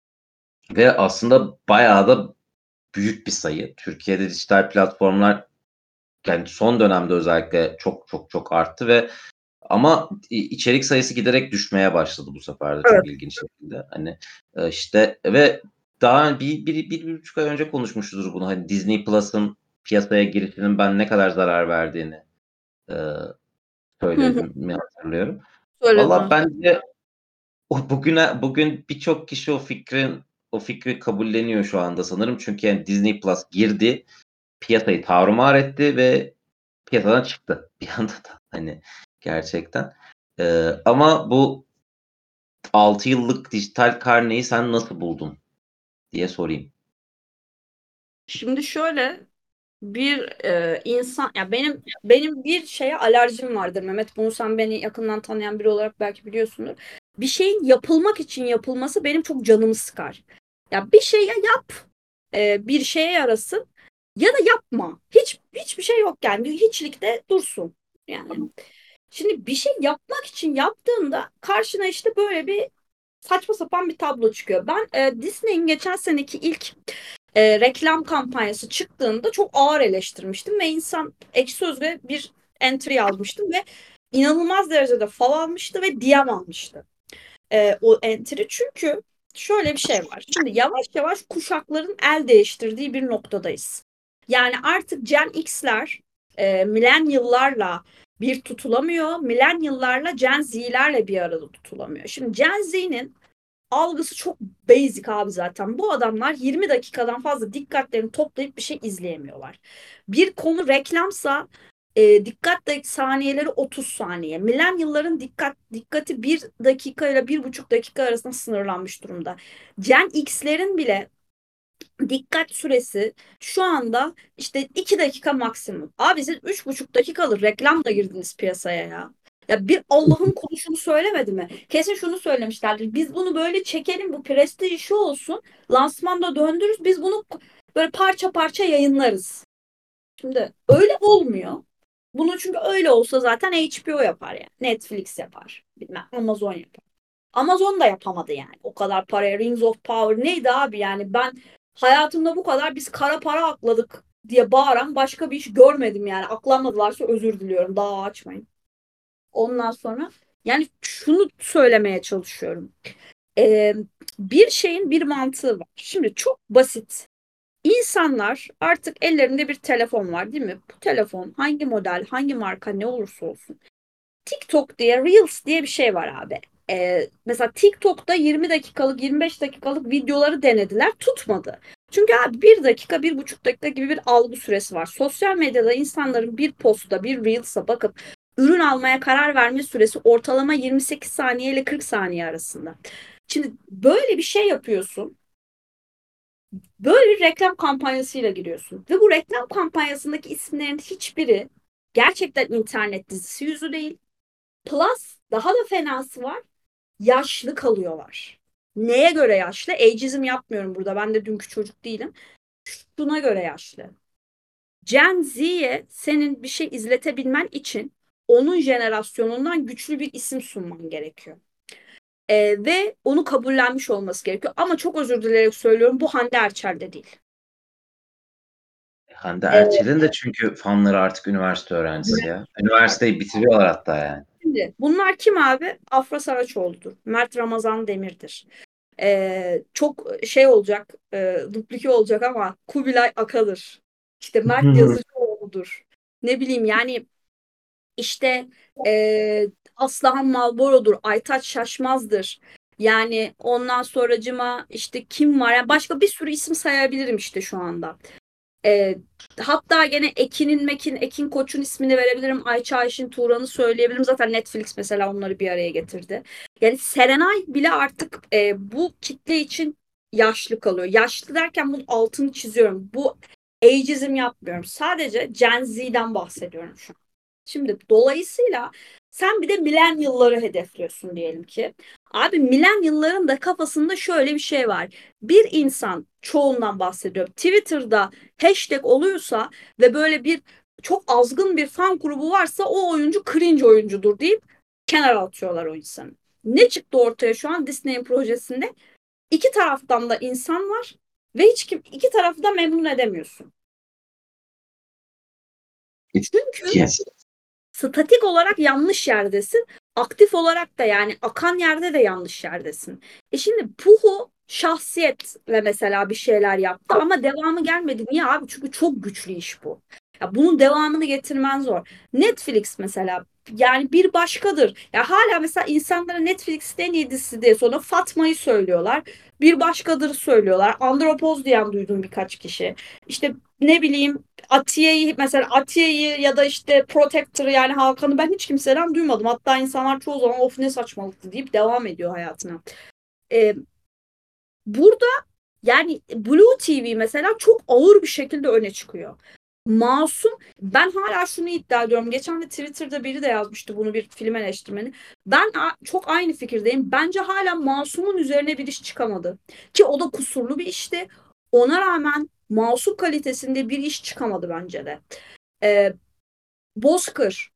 ve aslında bayağı da büyük bir sayı. Türkiye'de dijital platformlar yani son dönemde özellikle çok çok çok arttı ve ama içerik sayısı giderek düşmeye başladı bu sefer de Evet. çok ilginç şekilde. Hani e, işte ve daha bir, bir, bir, bir buçuk ay önce konuşmuşuzdur bunu. Hani Disney Plus'ın piyasaya girişinin ben ne kadar zarar verdiğini e, Hı hı. söylediğimi hatırlıyorum. Valla Söyledin. bence o bugüne bugün birçok kişi o fikrin o fikri kabulleniyor şu anda sanırım. Çünkü yani Disney Plus girdi, piyasayı tarumar etti ve piyasadan çıktı bir anda da hani gerçekten. Ee, ama bu altı yıllık dijital karneyi sen nasıl buldun diye sorayım. Şimdi şöyle bir e, insan ya benim benim bir şeye alerjim vardır Mehmet. Bunu sen beni yakından tanıyan biri olarak belki biliyorsundur. Bir şeyin yapılmak için yapılması benim çok canımı sıkar. Ya bir şeye yap, e, bir şeye yarasın ya da yapma. Hiç hiçbir şey yok yani. Hiçlikte dursun. Yani şimdi bir şey yapmak için yaptığında karşına işte böyle bir saçma sapan bir tablo çıkıyor. Ben e, Disney'in geçen seneki ilk e, reklam kampanyası çıktığında çok ağır eleştirmiştim ve insan Ekşi Sözlüğe bir entry yazmıştım ve inanılmaz derecede fav almıştı ve D M almıştı e, o entry. Çünkü şöyle bir şey var. Şimdi yavaş yavaş kuşakların el değiştirdiği bir noktadayız. Yani artık Gen X'ler e, millennial'larla bir tutulamıyor. Millennial'larla Gen Z'lerle bir arada tutulamıyor. Şimdi Gen Z'nin algısı çok basic abi zaten. Bu adamlar yirmi dakikadan fazla dikkatlerini toplayıp bir şey izleyemiyorlar. Bir konu reklamsa e, dikkat de- saniyeleri otuz saniye. Millennial'ların dikkat dikkati bir dakika ile bir buçuk dakika arasında sınırlanmış durumda. Gen X'lerin bile dikkat süresi şu anda işte iki dakika maksimum. Abi siz üç buçuk dakikalık reklamla girdiniz piyasaya ya. Ya bir Allah'ın konuşunu söylemedi mi? Kesin şunu söylemişlerdir. Biz bunu böyle çekelim, bu prestij işi olsun. Lansmanda döndürürüz. Biz bunu böyle parça parça yayınlarız. Şimdi öyle olmuyor. Bunu çünkü öyle olsa zaten H B O yapar yani. Netflix yapar. Bilmem Amazon yapar. Amazon da yapamadı yani. O kadar paraya Rings of Power neydi abi yani ben hayatımda bu kadar biz kara para akladık diye bağıran başka bir iş görmedim yani. Aklanmadılarsa özür diliyorum. Daha açmayın. Ondan sonra yani şunu söylemeye çalışıyorum. Ee, bir şeyin bir mantığı var. Şimdi çok basit. İnsanlar artık ellerinde bir telefon var değil mi? Bu telefon hangi model, hangi marka ne olursa olsun. TikTok diye, Reels diye bir şey var abi. Ee, mesela TikTok'ta yirmi dakikalık, yirmi beş dakikalık videoları denediler, tutmadı. Çünkü abi bir dakika, bir buçuk dakika gibi bir algı süresi var. Sosyal medyada insanların bir posta, bir Reels'a bakıp ürün almaya karar verme süresi ortalama yirmi sekiz saniye ile kırk saniye arasında. Şimdi böyle bir şey yapıyorsun. Böyle bir reklam kampanyasıyla giriyorsun. Ve bu reklam kampanyasındaki isimlerin hiçbiri gerçekten internet dizisi yüzü değil. Plus daha da fenası var. Yaşlı kalıyorlar. Neye göre yaşlı? Ageism yapmıyorum burada. Ben de dünkü çocuk değilim. Şuna göre yaşlı. Gen Z'ye senin bir şey izletebilmen için onun jenerasyonundan güçlü bir isim sunman gerekiyor. Ee, ve onu kabullenmiş olması gerekiyor. Ama çok özür dileyerek söylüyorum bu Hande Erçel'de değil. Hande Ee, Erçel'in de çünkü fanları artık üniversite öğrencisi ya. Üniversiteyi bitiriyorlar hatta yani. Şimdi bunlar kim abi? Afra Saraçoğlu'dur. Mert Ramazan Demir'dir. Ee, çok şey olacak, e, duplike olacak ama Kubilay Akalır. İşte Mert Yazıcıoğlu'dur. Ne bileyim yani işte e, Aslıhan Malboro'dur. Aytaç Şaşmaz'dır. Yani ondan sonracıma işte kim var? Yani başka bir sürü isim sayabilirim işte şu anda. E, hatta gene Ekin'in Mekin, Ekin Koç'un ismini verebilirim. Ayça Ayşin Turan'ı söyleyebilirim. Zaten Netflix mesela onları bir araya getirdi. Yani Serenay bile artık e, bu kitle için yaşlı kalıyor. Yaşlı derken bunun altını çiziyorum. Bu ageism yapmıyorum. Sadece Gen Z'den bahsediyorum şu an. Şimdi dolayısıyla sen bir de millennial'ları hedefliyorsun diyelim ki. Abi millennial'ların da kafasında şöyle bir şey var. Bir insan çoğundan bahsediyorum. Twitter'da hashtag oluyorsa ve böyle bir çok azgın bir fan grubu varsa o oyuncu cringe oyuncudur deyip kenara atıyorlar o insanı. Ne çıktı ortaya şu an Disney'in projesinde? İki taraftan da insan var ve hiç kim, iki tarafı da memnun edemiyorsun. Çünkü Yes. statik olarak yanlış yerdesin. Aktif olarak da yani akan yerde de yanlış yerdesin. E şimdi Puhu şahsiyetle mesela bir şeyler yaptı ama devamı gelmedi. Niye abi? Çünkü çok güçlü iş bu. Ya bunun devamını getirmen zor. Netflix mesela yani bir başkadır. Ya hala mesela insanlara Netflix'te en iyi dizisi diye sonra Fatma'yı söylüyorlar. Bir başkadır söylüyorlar. Andropoz diyen duydum birkaç kişi. İşte ne bileyim Atiye'yi mesela Atiye'yi ya da işte Protector'ı yani Hakan'ı ben hiç kimseden duymadım. Hatta insanlar çoğu zaman of ne saçmalıktı deyip devam ediyor hayatına. Ee, burada yani Blue T V mesela çok ağır bir şekilde öne çıkıyor. Masum ben hala şunu iddia ediyorum. Geçen de Twitter'da biri de yazmıştı bunu bir film eleştirmeni. Ben çok aynı fikirdeyim. Bence hala Masum'un üzerine bir iş çıkamadı. Ki o da kusurlu bir işti. Ona rağmen Masum kalitesinde bir iş çıkamadı bence de. Ee, Bozkır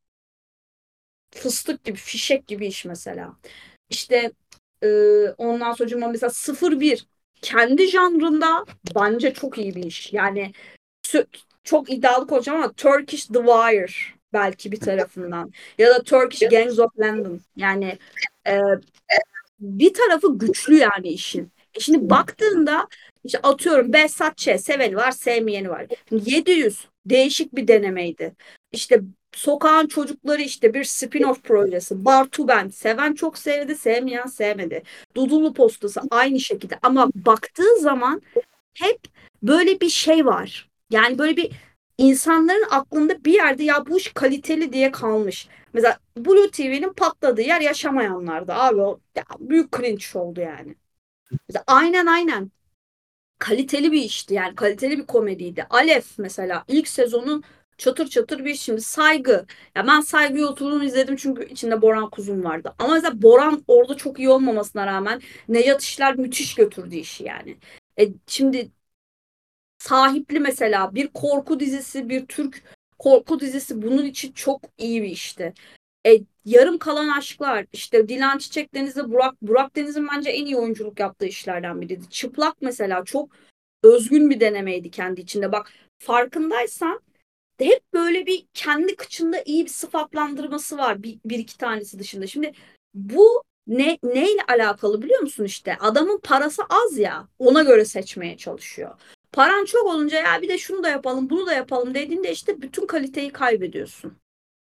fıstık gibi fişek gibi iş mesela. İşte e, ondan sonra mesela sıfır bir kendi janrında bence çok iyi bir iş. Yani çok iddialı konuşacağım ama Turkish The Wire belki bir tarafından ya da Turkish Gangs of London yani e, bir tarafı güçlü yani işin. E şimdi baktığında işte atıyorum Behzat Ç. Seveni var, sevmeyeni var. Şimdi yedi yüz değişik bir denemeydi. İşte Sokağın Çocukları işte bir spin-off projesi. Bartu Ben. Seven çok sevdi, sevmeyen sevmedi. Dudullu Postası aynı şekilde. Ama baktığı zaman hep böyle bir şey var. Yani böyle bir insanların aklında bir yerde ya bu iş kaliteli diye kalmış. Mesela Blue T V'nin patladığı yer yaşamayanlardı abi o ya, büyük cringe oldu yani. Mesela aynen aynen kaliteli bir işti yani kaliteli bir komediydi. Alef mesela ilk sezonu çatır çatır bir iş. Şimdi Saygı. Ya ben Saygı Yolculuğunu izledim çünkü içinde Boran Kuzum vardı. Ama mesela Boran orada çok iyi olmamasına rağmen Nejat İşler müthiş götürdü işi yani. E, şimdi Sahipli mesela bir korku dizisi, bir Türk korku dizisi bunun için çok iyi bir işti. E, yarım kalan aşklar. İşte Dilan Çiçek Deniz'de Burak, Burak Deniz'in bence en iyi oyunculuk yaptığı işlerden biriydi. Çıplak mesela çok özgün bir denemeydi kendi içinde. Bak farkındaysan hep böyle bir kendi kıçında iyi bir sıfatlandırması var bir, bir iki tanesi dışında. Şimdi bu ne neyle alakalı biliyor musun işte? Adamın parası az ya ona göre seçmeye çalışıyor. Paran çok olunca ya bir de şunu da yapalım bunu da yapalım dediğinde işte bütün kaliteyi kaybediyorsun.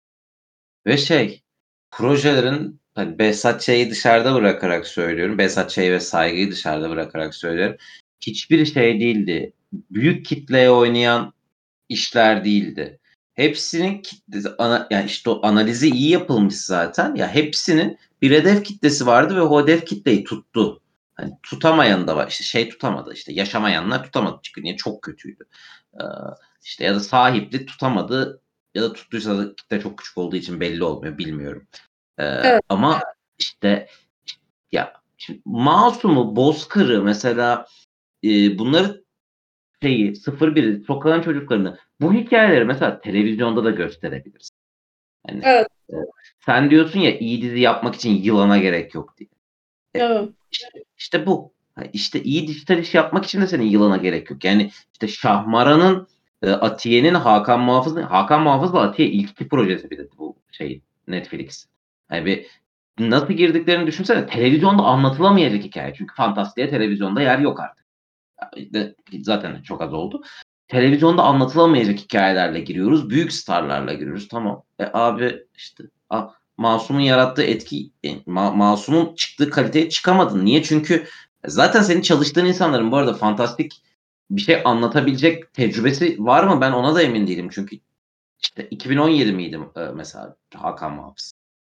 Ve şey, projelerin hani Behzat Ç'yi dışarıda bırakarak söylüyorum. Behzat Ç. ve Saygı'yı dışarıda bırakarak söylüyorum. Hiçbiri şey değildi. Büyük kitleye oynayan işler değildi. Hepsinin kitlesi ana, yani işte o analizi iyi yapılmış zaten. Ya hepsinin bir hedef kitlesi vardı ve o hedef kitleyi tuttu. Hani tutamayan da var. İşte şey tutamadı. İşte yaşamayanlar tutamadı çünkü niye çok kötüydü. Ee, işte ya da sahipli tutamadı ya da tuttuysa da kitle çok küçük olduğu için belli olmuyor. Bilmiyorum. Ee, Evet. ama işte ya şimdi Masum'u, Bozkır'ı mesela e, bunları şeyi sıfır biri sokağın çocuklarını bu hikayeleri mesela televizyonda da gösterebiliriz. Hani Evet. e, sen diyorsun ya iyi dizi yapmak için yılana gerek yok diye. E, Evet. işte, işte bu. Ha, İşte iyi dijital iş yapmak için de senin yılana gerek yok. Yani işte Şahmaran'ın, e, Atiye'nin, Hakan Muhafız'ın, Hakan Muhafız'la Atiye ilk iki projesi bir de bu şey Netflix. Yani bir nasıl girdiklerini düşünsene. Televizyonda anlatılamayacak hikaye. Çünkü fantastiğe televizyonda yer yok artık. De zaten çok az oldu. Televizyonda anlatılamayacak hikayelerle giriyoruz. Büyük starlarla giriyoruz. Tamam. E abi işte a, Masum'un yarattığı etki e, ma, Masum'un çıktığı kaliteye çıkamadın. Niye? Çünkü zaten senin çalıştığın insanların bu arada fantastik bir şey anlatabilecek tecrübesi var mı? Ben ona da emin değilim. Çünkü işte iki bin on yedi miydi e, mesela Hakan Muhafız?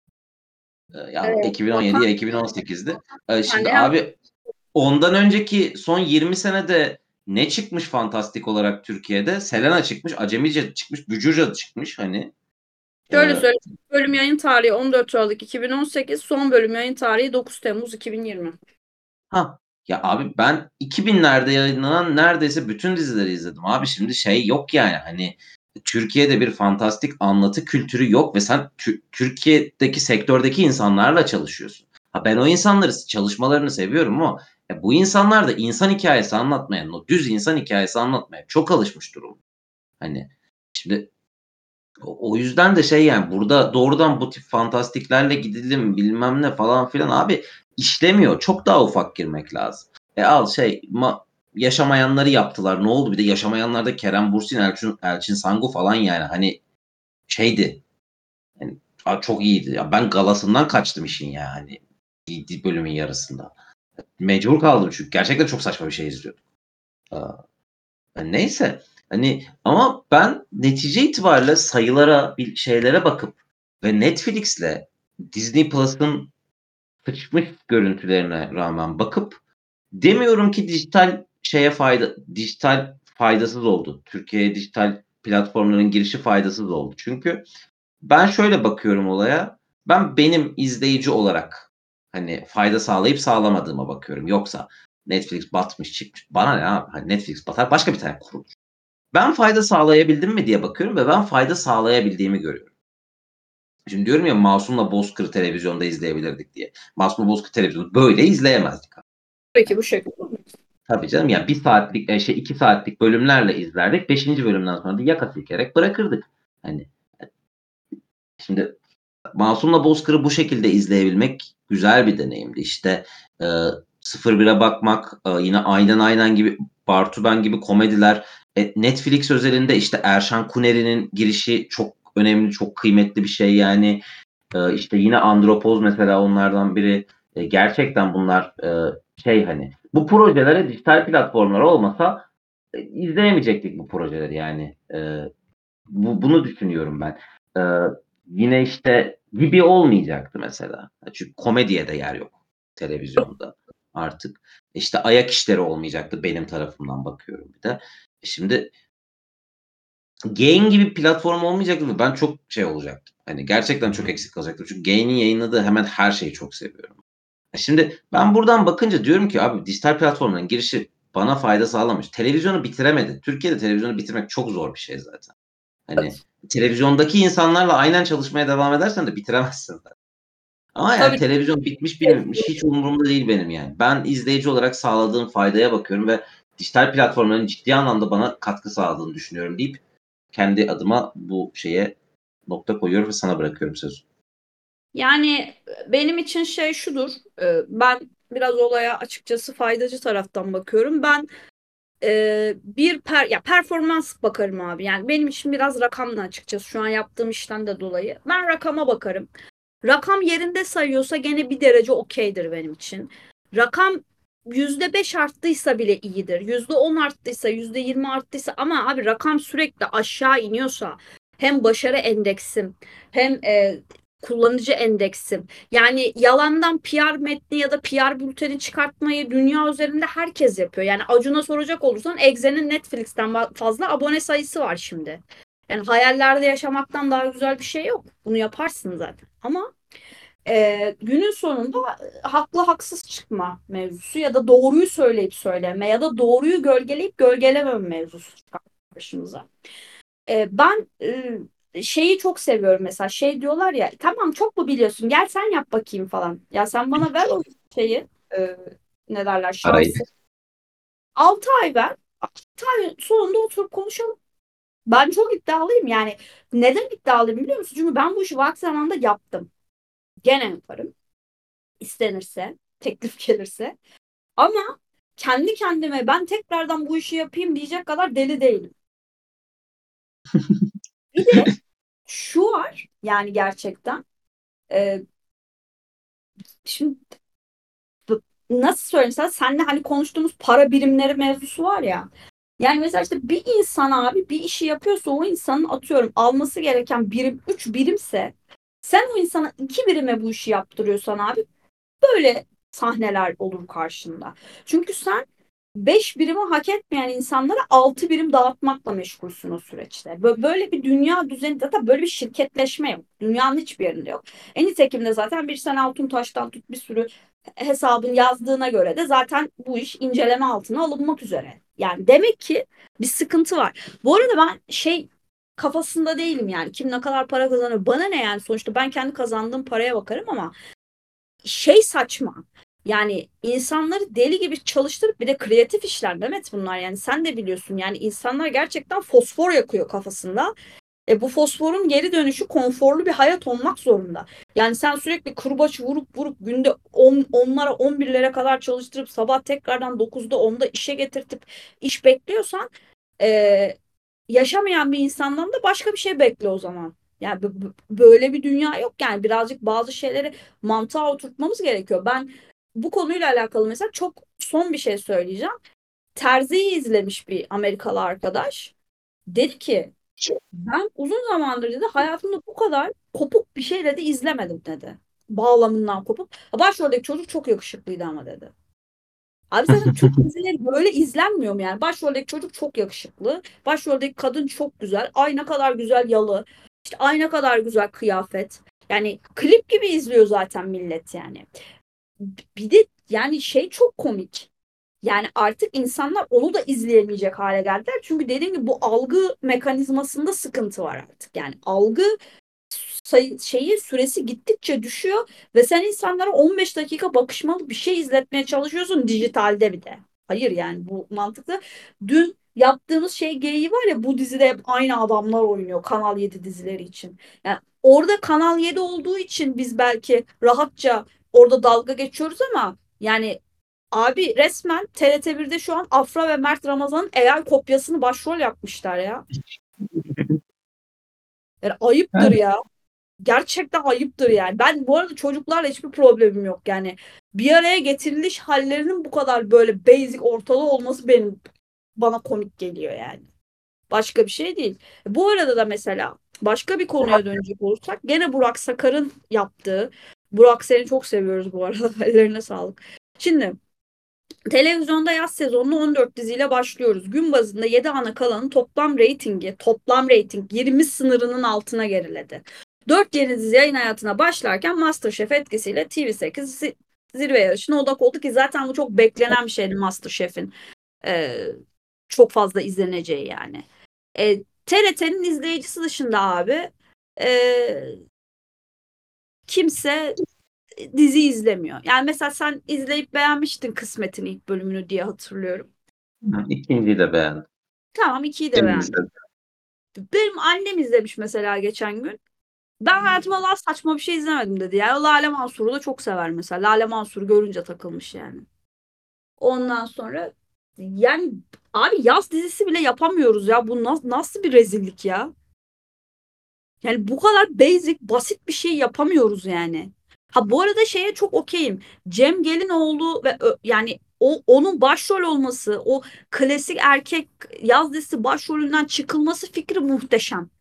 E, ya Evet. iki bin on yedi Hakan ya iki bin on sekizdi. E, sen şimdi ne abi ondan önceki son yirmi senede ne çıkmış fantastik olarak Türkiye'de? Selena çıkmış, Acemice çıkmış, Bücürca çıkmış hani. Şöyle Ee, söyleyeyim. Bölüm yayın tarihi on dört Aralık iki bin on sekiz, son bölüm yayın tarihi dokuz Temmuz iki bin yirmi. ha ya abi ben iki binlerde yayınlanan neredeyse bütün dizileri izledim. Abi şimdi şey yok yani hani Türkiye'de bir fantastik anlatı kültürü yok ve sen Tü- Türkiye'deki sektördeki insanlarla çalışıyorsun. Ha ben o insanları çalışmalarını seviyorum ama ya bu insanlar da insan hikayesi anlatmaya, o düz insan hikayesi anlatmaya çok alışmış durum. Hani şimdi o o yüzden de şey yani burada doğrudan bu tip fantastiklerle gidelim bilmem ne falan filan abi işlemiyor. Çok daha ufak girmek lazım. E al şey ma- yaşamayanları yaptılar. Ne oldu? Bir de yaşamayanlarda Kerem Bürsin, Elçin, Elçin Sangu falan yani hani şeydi. Yani a- çok iyiydi. Ya ben galasından kaçtım işin yani. İyi- Bölümün yarısında. Mecbur kaldım çünkü gerçekten çok saçma bir şey izliyordum. Aa, yani neyse. Hani ama ben netice itibariyle sayılara, bir şeylere bakıp ve Netflix'le Disney Plus'ın sıçmış görüntülerine rağmen bakıp demiyorum ki dijital şeye fayda dijital faydasız oldu. Türkiye'ye dijital platformların girişi faydasız oldu. Çünkü ben şöyle bakıyorum olaya. Ben benim izleyici olarak hani fayda sağlayıp sağlamadığıma bakıyorum. Yoksa Netflix batmış çıkmış. Bana ne abi? Hani Netflix batar başka bir tane kurulur. Ben fayda sağlayabildim mi diye bakıyorum ve ben fayda sağlayabildiğimi görüyorum. Şimdi diyorum ya Masum'la Bozkır'ı televizyonda izleyebilirdik diye. Masum'la Bozkır televizyonu böyle izleyemezdik. Peki bu şekilde. Tabii canım yani bir saatlik e, şey iki saatlik bölümlerle izlerdik. Beşinci bölümden sonra da yaka silkerek bırakırdık. Hani şimdi Masum'la Bozkır'ı bu şekilde izleyebilmek güzel bir deneyimdi. İşte e, sıfır bire bakmak, e, yine Aynen Aynen gibi, Bartu Ben gibi komediler. E, Netflix özelinde işte Erşan Kuneri'nin girişi çok önemli, çok kıymetli bir şey yani. E, işte yine Andropoz mesela onlardan biri. E, gerçekten bunlar e, şey hani bu projelere dijital platformlar olmasa e, izleyemeyecektik bu projeleri yani. E, bu, bunu düşünüyorum ben. Ee, yine işte gibi olmayacaktı mesela. Çünkü komediye de yer yok televizyonda artık. İşte ayak işleri olmayacaktı benim tarafımdan bakıyorum bir de. E Şimdi Gain gibi platform olmayacaktı ve ben çok şey olacaktım. Hani gerçekten çok eksik kalacaktım. Çünkü Gain'in yayınladığı hemen her şeyi çok seviyorum. E Şimdi ben buradan bakınca diyorum ki abi dijital platformların girişi bana fayda sağlamış. Televizyonu bitiremedi. Türkiye'de televizyonu bitirmek çok zor bir şey zaten. Hani Evet. televizyondaki insanlarla aynen çalışmaya devam edersen de bitiremezsin zaten. Ama yani Tabii. televizyon bitmiş bilinmemiş hiç umurumda değil benim yani. Ben izleyici olarak sağladığım faydaya bakıyorum ve dijital platformların ciddi anlamda bana katkı sağladığını düşünüyorum deyip kendi adıma bu şeye nokta koyuyorum ve sana bırakıyorum sözü. Yani benim için şey şudur. e, Ben biraz olaya açıkçası faydacı taraftan bakıyorum. Ben e, bir per, ya performans bakarım abi. Yani benim için biraz rakamla açıkçası şu an yaptığım işten de dolayı. Ben rakama bakarım. Rakam yerinde sayıyorsa gene bir derece okeydir benim için. Rakam yüzde beş arttıysa bile iyidir. Yüzde on arttıysa, yüzde yirmi arttıysa ama abi rakam sürekli aşağı iniyorsa hem başarı endeksim hem e, kullanıcı endeksim. Yani yalandan P R metni ya da P R bülteni çıkartmayı dünya üzerinde herkes yapıyor. Yani Acun'a soracak olursan Exe'nin Netflix'ten fazla abone sayısı var şimdi. Yani hayallerde yaşamaktan daha güzel bir şey yok. Bunu yaparsın zaten. Ama e, günün sonunda e, haklı haksız çıkma mevzusu ya da doğruyu söyleyip söyleme ya da doğruyu gölgeleyip gölgelememe mevzusu çıkar başımıza. E, ben e, şeyi çok seviyorum mesela şey diyorlar ya tamam çok mu biliyorsun gel sen yap bakayım falan. Ya sen bana ver o şeyi e, ne derler Parayı. şansı. altı ay ver. altı ay sonunda oturup konuşalım. Ben çok iddialıyım yani. Neden iddialıyım biliyor musun? Çünkü ben bu işi vakti zamanında yaptım. Gene yaparım. İstenirse, teklif gelirse. Ama kendi kendime ben tekrardan bu işi yapayım diyecek kadar deli değilim. Bir de şu var yani gerçekten. E, şimdi nasıl söyleyeyim sana? Seninle hani konuştuğumuz para birimleri mevzusu var ya. Yani mesela işte bir insan abi bir işi yapıyorsa o insanın atıyorum alması gereken birim üç birimse sen o insana iki birime bu işi yaptırıyorsan abi böyle sahneler olur karşında. Çünkü sen beş birimi hak etmeyen insanlara altı birim dağıtmakla meşgulsün o süreçte. Böyle bir dünya düzeni zaten böyle bir şirketleşme yok. Dünyanın hiçbir yerinde yok. En nitekim de zaten bir sen altın taştan tut bir sürü hesabın yazdığına göre de zaten bu iş inceleme altına alınmak üzere. Yani demek ki bir sıkıntı var. Bu arada ben şey kafasında değilim yani kim ne kadar para kazanıyor bana ne yani sonuçta ben kendi kazandığım paraya bakarım ama şey saçma. Yani insanları deli gibi çalıştırıp bir de kreatif işler Mehmet bunlar yani sen de biliyorsun yani insanlar gerçekten fosfor yakıyor kafasında. E bu fosforun geri dönüşü konforlu bir hayat olmak zorunda. Yani sen sürekli kırbaç vurup vurup günde on, onlara on birlere kadar çalıştırıp sabah tekrardan dokuzda onda işe getirtip iş bekliyorsan e, yaşamayan bir insandan da başka bir şey bekle o zaman. Yani b- b- böyle bir dünya yok yani birazcık bazı şeyleri mantığa oturtmamız gerekiyor. Ben bu konuyla alakalı mesela çok son bir şey söyleyeceğim. Terzi'yi izlemiş bir Amerikalı arkadaş. Dedi ki ben uzun zamandır dedi hayatımda bu kadar kopuk bir şeyle de izlemedim dedi. Bağlamından kopup. Başroldeki çocuk çok yakışıklıydı ama dedi. Abi zaten Türk dizileri böyle izlenmiyor mu yani? Başroldeki çocuk çok yakışıklı. Başroldeki kadın çok güzel. Ay ne kadar güzel yalı. İşte ay ne kadar güzel kıyafet. Yani klip gibi izliyor zaten millet yani. Bir de yani şey çok komik. Yani artık insanlar onu da izleyemeyecek hale geldiler. Çünkü dediğim gibi bu algı mekanizmasında sıkıntı var artık. Yani algı sayı, şeyi süresi gittikçe düşüyor ve sen insanlara on beş dakika bakışmalı bir şey izletmeye çalışıyorsun dijitalde bir de. Hayır yani bu mantıklı. Dün yaptığımız şey geyiği var ya bu dizide hep aynı adamlar oynuyor Kanal yedi dizileri için. Yani orada Kanal yedi olduğu için biz belki rahatça orada dalga geçiyoruz ama yani abi resmen T R T birde şu an Afra ve Mert Ramazan'ın A I kopyasını başrol yapmışlar ya. Yani ayıptır Yani ya. Gerçekten ayıptır yani. Ben bu arada çocuklarla hiçbir problemim yok. Yani bir araya getiriliş hallerinin bu kadar böyle basic ortalığı olması benim bana komik geliyor yani. Başka bir şey değil. Bu arada da mesela başka bir konuya dönecek olursak gene Burak Sakar'ın yaptığı Burak seni çok seviyoruz bu arada. Ellerine sağlık. Şimdi televizyonda yaz sezonuna on dört diziyle başlıyoruz. Gün bazında yedi ana kalanın toplam reytingi, toplam reyting yirmi sınırının altına geriledi. dört yeni dizi yayın hayatına başlarken MasterChef etkisiyle T V sekiz zi- zirve yarışına odak oldu ki zaten bu çok beklenen bir şeydi MasterChef'in e, çok fazla izleneceği yani. E, T R T'nin izleyicisi dışında abi e, kimse dizi izlemiyor. Yani mesela sen izleyip beğenmiştin Kısmet'in ilk bölümünü diye hatırlıyorum. Hı, İkinciyi de beğendim. Tamam, ikiyi de Şimdi beğendim. izledim. Benim annem izlemiş mesela geçen gün. Ben hayatımda daha saçma bir şey izlemedim dedi. Yani Lale Mansur'u da çok sever mesela. Lale Mansur'u görünce takılmış yani. Ondan sonra yani abi yaz dizisi bile yapamıyoruz ya. Bu nas- nasıl bir rezillik ya? Yani bu kadar basic, basit bir şey yapamıyoruz yani. Ha bu arada şeye çok okeyim. Cem Gelinoğlu ve ö- yani o onun başrol olması, o klasik erkek yaz dizisi başrolünden çıkılması fikri muhteşem.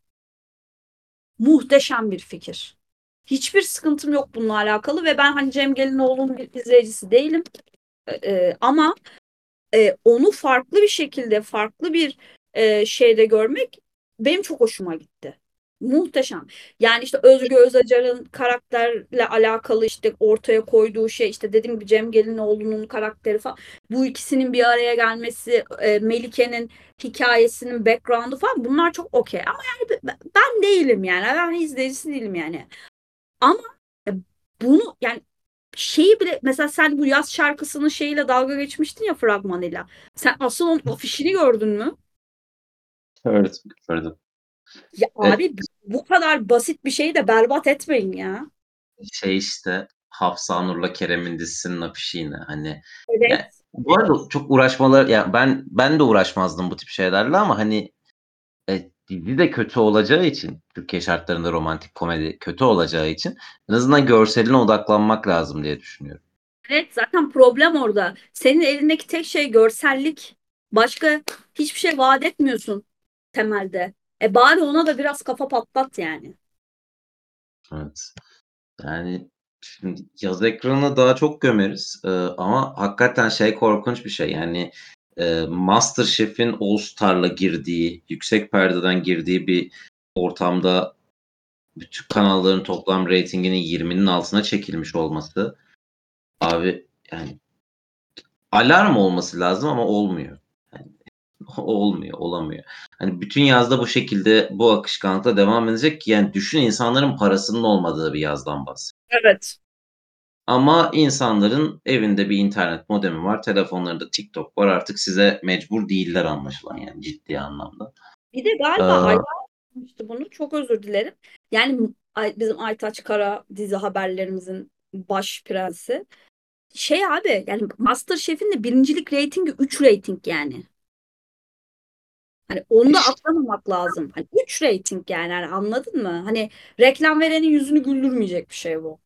Muhteşem bir fikir. Hiçbir sıkıntım yok bununla alakalı ve ben hani Cem Gelinoğlu'nun bir izleyicisi değilim. Ee, ama e, onu farklı bir şekilde, farklı bir e, şeyde görmek benim çok hoşuma gitti. Muhteşem. Yani işte Özgü Özacar'ın karakterle alakalı işte ortaya koyduğu şey işte dediğim gibi Cem Gelinoğlu'nun karakteri falan. Bu ikisinin bir araya gelmesi, e, Melike'nin hikayesinin background'u falan bunlar çok okey. Ama yani ben ben değilim yani. Ben izleyicisi değilim yani. Ama e, bunu yani şeyi bile mesela sen bu yaz şarkısının şeyiyle dalga geçmiştin ya fragmanıyla. Sen asıl onun afişini gördün mü? Gördüm, gördüm. Ya E, abi bu kadar basit bir şeyi de berbat etmeyin ya. şey işte Hafsa Nur'la Kerem'in dizisinin afişi yine hani yani Evet. bu arada çok uğraşmalar ya ben ben de uğraşmazdım bu tip şeylerle ama hani e, dizi de kötü olacağı için Türkiye şartlarında romantik komedi kötü olacağı için en azından görseline odaklanmak lazım diye düşünüyorum. Evet zaten problem orada. Senin elindeki tek şey görsellik. Başka hiçbir şey vaat etmiyorsun temelde. E bari ona da biraz kafa patlat yani. Evet. Yani şimdi yaz ekranına daha çok gömeriz e, ama hakikaten şey korkunç bir şey yani e, MasterChef'in All Star'la girdiği, yüksek perdeden girdiği bir ortamda bütün kanalların toplam reytinginin yirminin altına çekilmiş olması abi yani alarm olması lazım ama olmuyor. Yani olmuyor, olamıyor. Hani bütün yazda bu şekilde bu akışkanlıkla devam edecek ki yani düşün insanların parasının olmadığı bir yazdan bahsediyoruz. Evet. Ama insanların evinde bir internet modemi var, telefonlarında TikTok var. Artık size mecbur değiller anlaşılan yani ciddi anlamda. Bir de galiba Ee, Aytaç yapmıştı bunu. Çok özür dilerim. Yani Ay- bizim Aytaç Kara dizi haberlerimizin baş prensi. Şey abi yani MasterChef'in de birincilik reytingi üç reyting yani. Hani onu da işte, atlamamak lazım. Hani üç reyting yani, hani anladın mı? Hani reklam verenin yüzünü güldürmeyecek bir şey bu.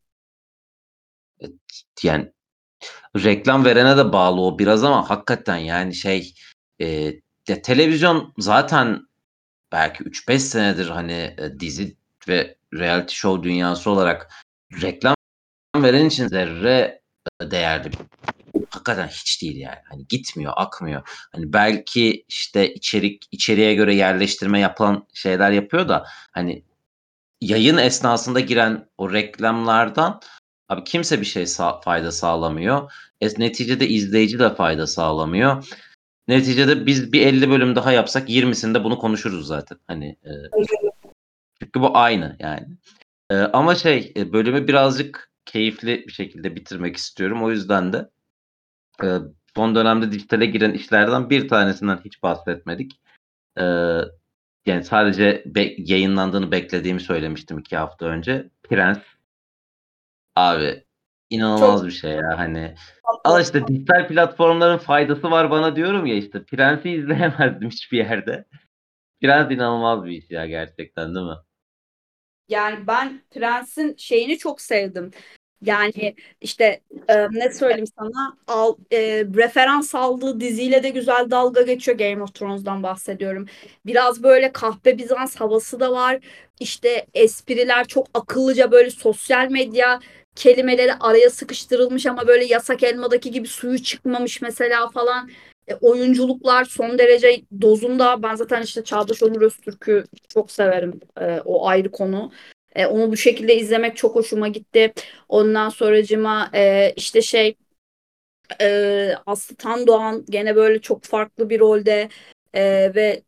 yani reklam verene de bağlı o biraz ama hakikaten yani şey e, ya televizyon zaten belki üç beş senedir hani e, dizi ve reality show dünyası olarak reklam veren için zerre e, değerli. Hakikaten hiç değil yani. Hani gitmiyor, akmıyor. Hani belki işte içerik içeriğe göre yerleştirme yapan şeyler yapıyor da hani yayın esnasında giren o reklamlardan abi kimse bir şey sa- fayda sağlamıyor. E, neticede izleyici de fayda sağlamıyor. Neticede biz bir elli bölüm daha yapsak yirmisinde bunu konuşuruz zaten. Hani e, çünkü bu aynı yani. E, ama şey e, bölümü birazcık keyifli bir şekilde bitirmek istiyorum. O yüzden de e, son dönemde dijitale giren işlerden bir tanesinden hiç bahsetmedik. E, yani sadece be- yayınlandığını beklediğimi söylemiştim iki hafta önce. Prens abi Çok inanılmaz bir şey ya hani. Al tatlı. işte dijital platformların faydası var bana diyorum ya işte Prens'i izleyemezdim hiçbir yerde. Prens inanılmaz bir iş ya gerçekten değil mi? Yani ben Prens'in şeyini çok sevdim. Yani işte e, ne söyleyeyim sana al, e, referans aldığı diziyle de güzel dalga geçiyor. Game of Thrones'dan bahsediyorum. Biraz böyle kahpe Bizans havası da var. İşte espriler çok akıllıca böyle sosyal medya kelimeleri araya sıkıştırılmış ama böyle Yasak Elma'daki gibi suyu çıkmamış mesela falan. E, oyunculuklar son derece dozunda. Ben zaten işte Çağdaş Onur Öztürk'ü çok severim. E, o ayrı konu. E, onu bu şekilde izlemek çok hoşuma gitti. Ondan sonracıma e, işte şey e, Aslı Tandoğan gene böyle çok farklı bir rolde e, ve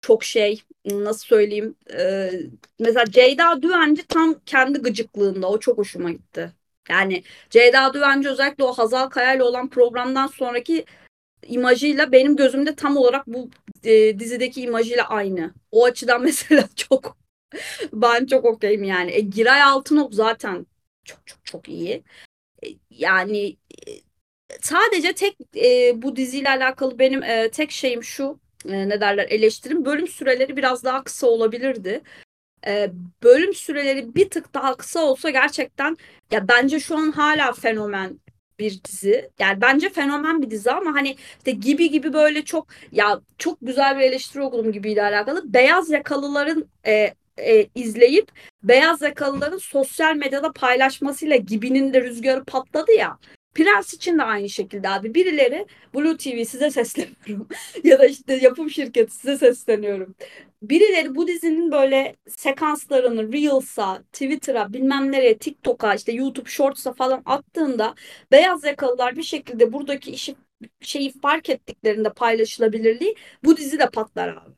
çok şey, nasıl söyleyeyim, e, mesela Ceyda Düvenci tam kendi gıcıklığında, o çok hoşuma gitti. Yani Ceyda Düvenci özellikle o Hazal Kaya ile olan programdan sonraki imajıyla benim gözümde tam olarak bu e, dizideki imajıyla aynı. O açıdan mesela çok ben çok okeyim yani. E, Giray Altınok zaten çok çok çok iyi. E, yani e, sadece tek e, bu diziyle alakalı benim e, tek şeyim şu, e, ne derler, eleştirim, bölüm süreleri biraz daha kısa olabilirdi. E, bölüm süreleri bir tık daha kısa olsa gerçekten, ya bence şu an hala fenomen bir dizi. Yani bence fenomen bir dizi ama hani işte gibi gibi böyle çok, ya çok güzel bir eleştiri okudum Gibi'yle alakalı. Beyaz yakalıların e, e, izleyip beyaz yakalıların sosyal medyada paylaşmasıyla Gibi'nin de rüzgarı patladı ya. Prens için de aynı şekilde abi. Birileri, Blue T V size sesleniyorum ya da işte yapım şirketi size sesleniyorum. Birileri bu dizinin böyle sekanslarını Reels'a, Twitter'a, bilmem nereye, TikTok'a, işte YouTube Shorts'a falan attığında beyaz yakalılar bir şekilde buradaki işi, şeyi fark ettiklerinde, paylaşılabilirliği, bu dizi de patlar abi.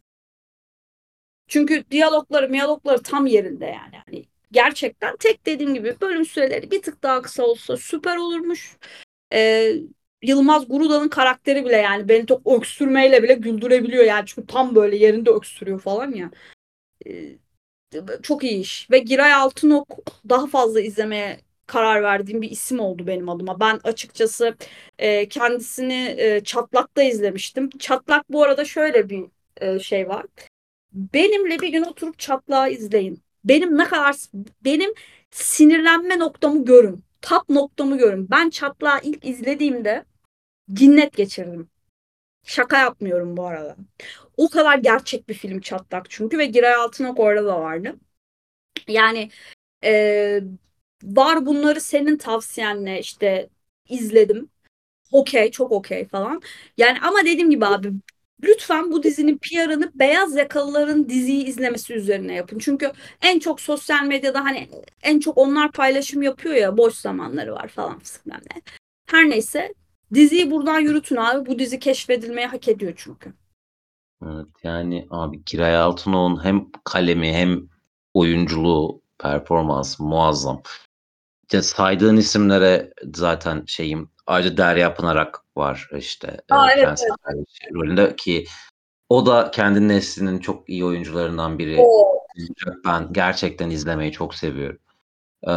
Çünkü diyalogları, miyalogları tam yerinde yani. Yani gerçekten tek dediğim gibi bölüm süreleri bir tık daha kısa olsa süper olurmuş. Ee, Yılmaz Guruda'nın karakteri bile yani beni çok öksürmeyle bile güldürebiliyor yani, çünkü tam böyle yerinde öksürüyor falan ya. Ee, Çok iyi iş. Ve Giray Altınok daha fazla izlemeye karar verdiğim bir isim oldu benim adıma. Ben açıkçası e, kendisini e, Çatlak'ta izlemiştim. Çatlak bu arada şöyle bir e, şey var. Benimle bir gün oturup Çatlak'ı izleyin. Benim ne kadar benim sinirlenme noktamı görün. Tap noktamı görün. Ben Çatlak'ı ilk izlediğimde cinnet geçirdim. Şaka yapmıyorum bu arada. O kadar gerçek bir film Çatlak çünkü, ve Giray Altınok orada da vardı. Yani e, var, bunları senin tavsiyenle işte izledim. Okey, çok okey falan. Yani ama dediğim gibi abi, lütfen bu dizinin P R'ını beyaz yakalıların diziyi izlemesi üzerine yapın. Çünkü en çok sosyal medyada hani en çok onlar paylaşım yapıyor ya, boş zamanları var falan filan ne. Her neyse, diziyi buradan yürütün abi. Bu dizi keşfedilmeyi hak ediyor çünkü. Evet, yani abi Giray Altınok'un hem kalemi hem oyunculuğu, performansı muazzam. İşte saydığın isimlere zaten şeyim. Ayrıca Derya Pınarak var işte Aa, e, evet, Prenses evet. Kardeşi rolünde ki o da kendi neslinin çok iyi oyuncularından biri. Oo. Ben gerçekten izlemeyi çok seviyorum. Ee,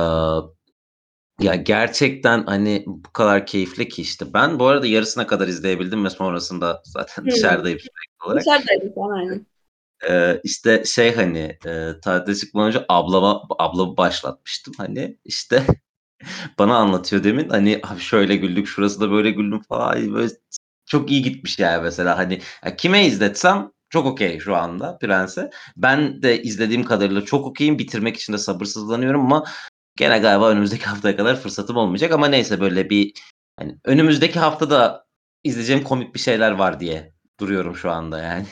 Ya gerçekten hani bu kadar keyifli ki işte. Ben bu arada yarısına kadar izleyebildim ve sonrasında zaten Hmm. dışarıdayım sürekli olarak. Dışarıdaydı falan, aynen. Ee, işte şey hani e, tatile çıkmadan önce ablama ablamı başlatmıştım hani işte bana anlatıyor demin hani abi şöyle güldük şurası da böyle güldüm falan böyle çok iyi gitmiş yani mesela hani ya kime izletsem çok okey şu anda Prens'e. Ben de izlediğim kadarıyla çok okeyim. Bitirmek için de sabırsızlanıyorum ama gene galiba önümüzdeki haftaya kadar fırsatım olmayacak ama neyse böyle bir hani önümüzdeki haftada izleyeceğim komik bir şeyler var diye duruyorum şu anda yani.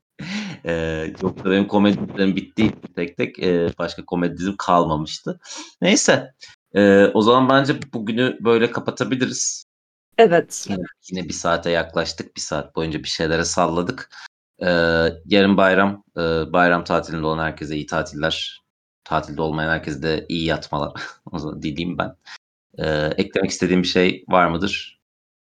Eee, yoksa benim komedi dizilerim bitti tek tek. Eee, başka komedi dizim kalmamıştı. Neyse. Eee, o zaman bence bugünü böyle kapatabiliriz. Evet. Yine, yine bir saate yaklaştık. Bir saat boyunca bir şeylere salladık. Eee, yarın bayram. Eee, bayram tatilinde olan herkese iyi tatiller. Tatilde olmayan herkese de iyi yatmalar. O zaman dileyim ben. Eee, eklemek istediğim bir şey var mıdır?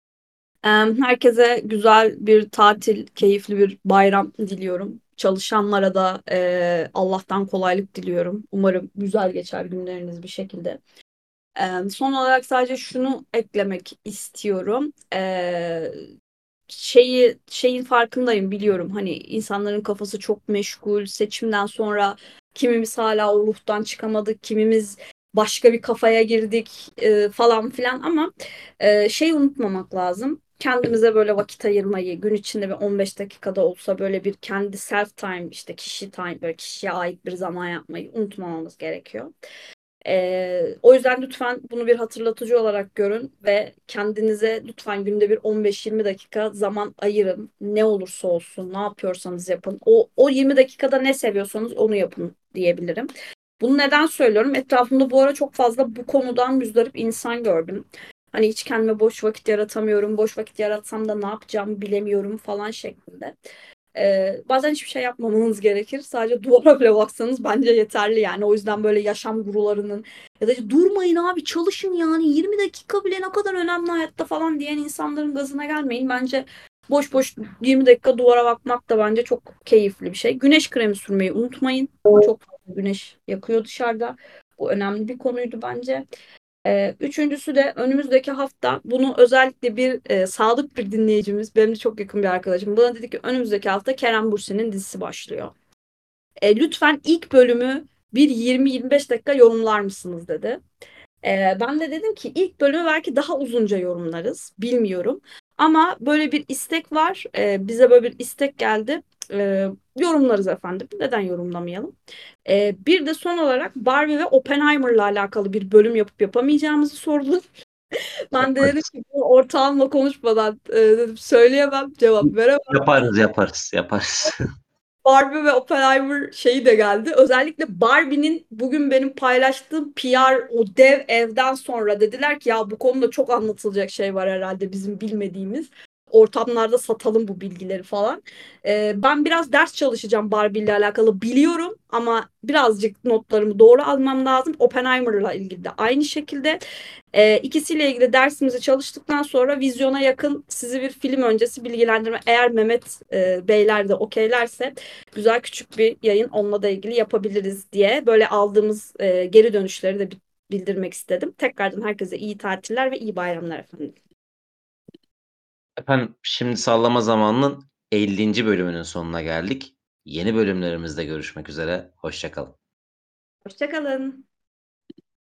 Em, Herkese güzel bir tatil, keyifli bir bayram diliyorum. Çalışanlara da e, Allah'tan kolaylık diliyorum. Umarım güzel geçer günleriniz bir şekilde. Em, Son olarak sadece şunu eklemek istiyorum. E, şeyi şeyin farkındayım, biliyorum. Hani insanların kafası çok meşgul. Seçimden sonra kimimiz hala o ruhtan çıkamadık, kimimiz başka bir kafaya girdik e, falan filan, ama e, şey unutmamak lazım. Kendimize böyle vakit ayırmayı, gün içinde bir on beş dakikada olsa böyle bir kendi self time, işte kişi time, böyle kişiye ait bir zaman yapmayı unutmamamız gerekiyor. Ee, o yüzden lütfen bunu bir hatırlatıcı olarak görün ve kendinize lütfen günde bir on beş yirmi dakika zaman ayırın. Ne olursa olsun, ne yapıyorsanız yapın. O, o yirmi dakikada ne seviyorsanız onu yapın diyebilirim. Bunu neden söylüyorum? Etrafımda bu ara çok fazla bu konudan müzdarip insan gördüm. Hani hiç kendime boş vakit yaratamıyorum, boş vakit yaratsam da ne yapacağımı bilemiyorum falan şeklinde. Eee, bazen hiçbir şey yapmamanız gerekir. Sadece duvara bile baksanız bence yeterli yani. O yüzden böyle yaşam gurularının ya da işte durmayın abi çalışın yani yirmi dakika bile ne kadar önemli hayatta falan diyen insanların gazına gelmeyin. Bence boş boş yirmi dakika duvara bakmak da bence çok keyifli bir şey. Güneş kremi sürmeyi unutmayın. Çok fazla güneş yakıyor dışarıda. Bu önemli bir konuydu bence. Ee, üçüncüsü de önümüzdeki hafta bunu özellikle bir e, sadık bir dinleyicimiz, benim de çok yakın bir arkadaşım. Bana dedi ki önümüzdeki hafta Kerem Bürsin'in dizisi başlıyor. E, lütfen ilk bölümü bir yirmi yirmi beş dakika yorumlar mısınız dedi. Ee, ben de dedim ki ilk bölümü belki daha uzunca yorumlarız. Bilmiyorum. Ama böyle bir istek var. Ee, bize böyle bir istek geldi. Ee, yorumlarız efendim. Neden yorumlamayalım? Ee, bir de son olarak Barbie ve Oppenheimer'la alakalı bir bölüm yapıp yapamayacağımızı sordu. Ben de dedim Yaparız. ki bu ortağımla konuşmadan e, dedim, söyleyemem, cevap veremem. Yaparız, yaparız, yaparız. Barbie ve Oppenheimer şeyi de geldi. Özellikle Barbie'nin bugün benim paylaştığım P R o dev evden sonra dediler ki ya bu konuda çok anlatılacak şey var herhalde bizim bilmediğimiz. Ortamlarda satalım bu bilgileri falan. Ee, ben biraz ders çalışacağım Barbie ile alakalı biliyorum ama birazcık notlarımı doğru almam lazım. Oppenheimer'la ilgili de aynı şekilde. E, ikisiyle ilgili dersimizi çalıştıktan sonra vizyona yakın sizi bir film öncesi bilgilendirme. Eğer Mehmet e, Beyler de okeylerse güzel küçük bir yayın onunla da ilgili yapabiliriz diye böyle aldığımız e, geri dönüşleri de bildirmek istedim. Tekrardan herkese iyi tatiller ve iyi bayramlar efendim. Efendim şimdi sallama zamanının ellinci bölümünün sonuna geldik. Yeni bölümlerimizde görüşmek üzere. Hoşça kalın. Hoşçakalın.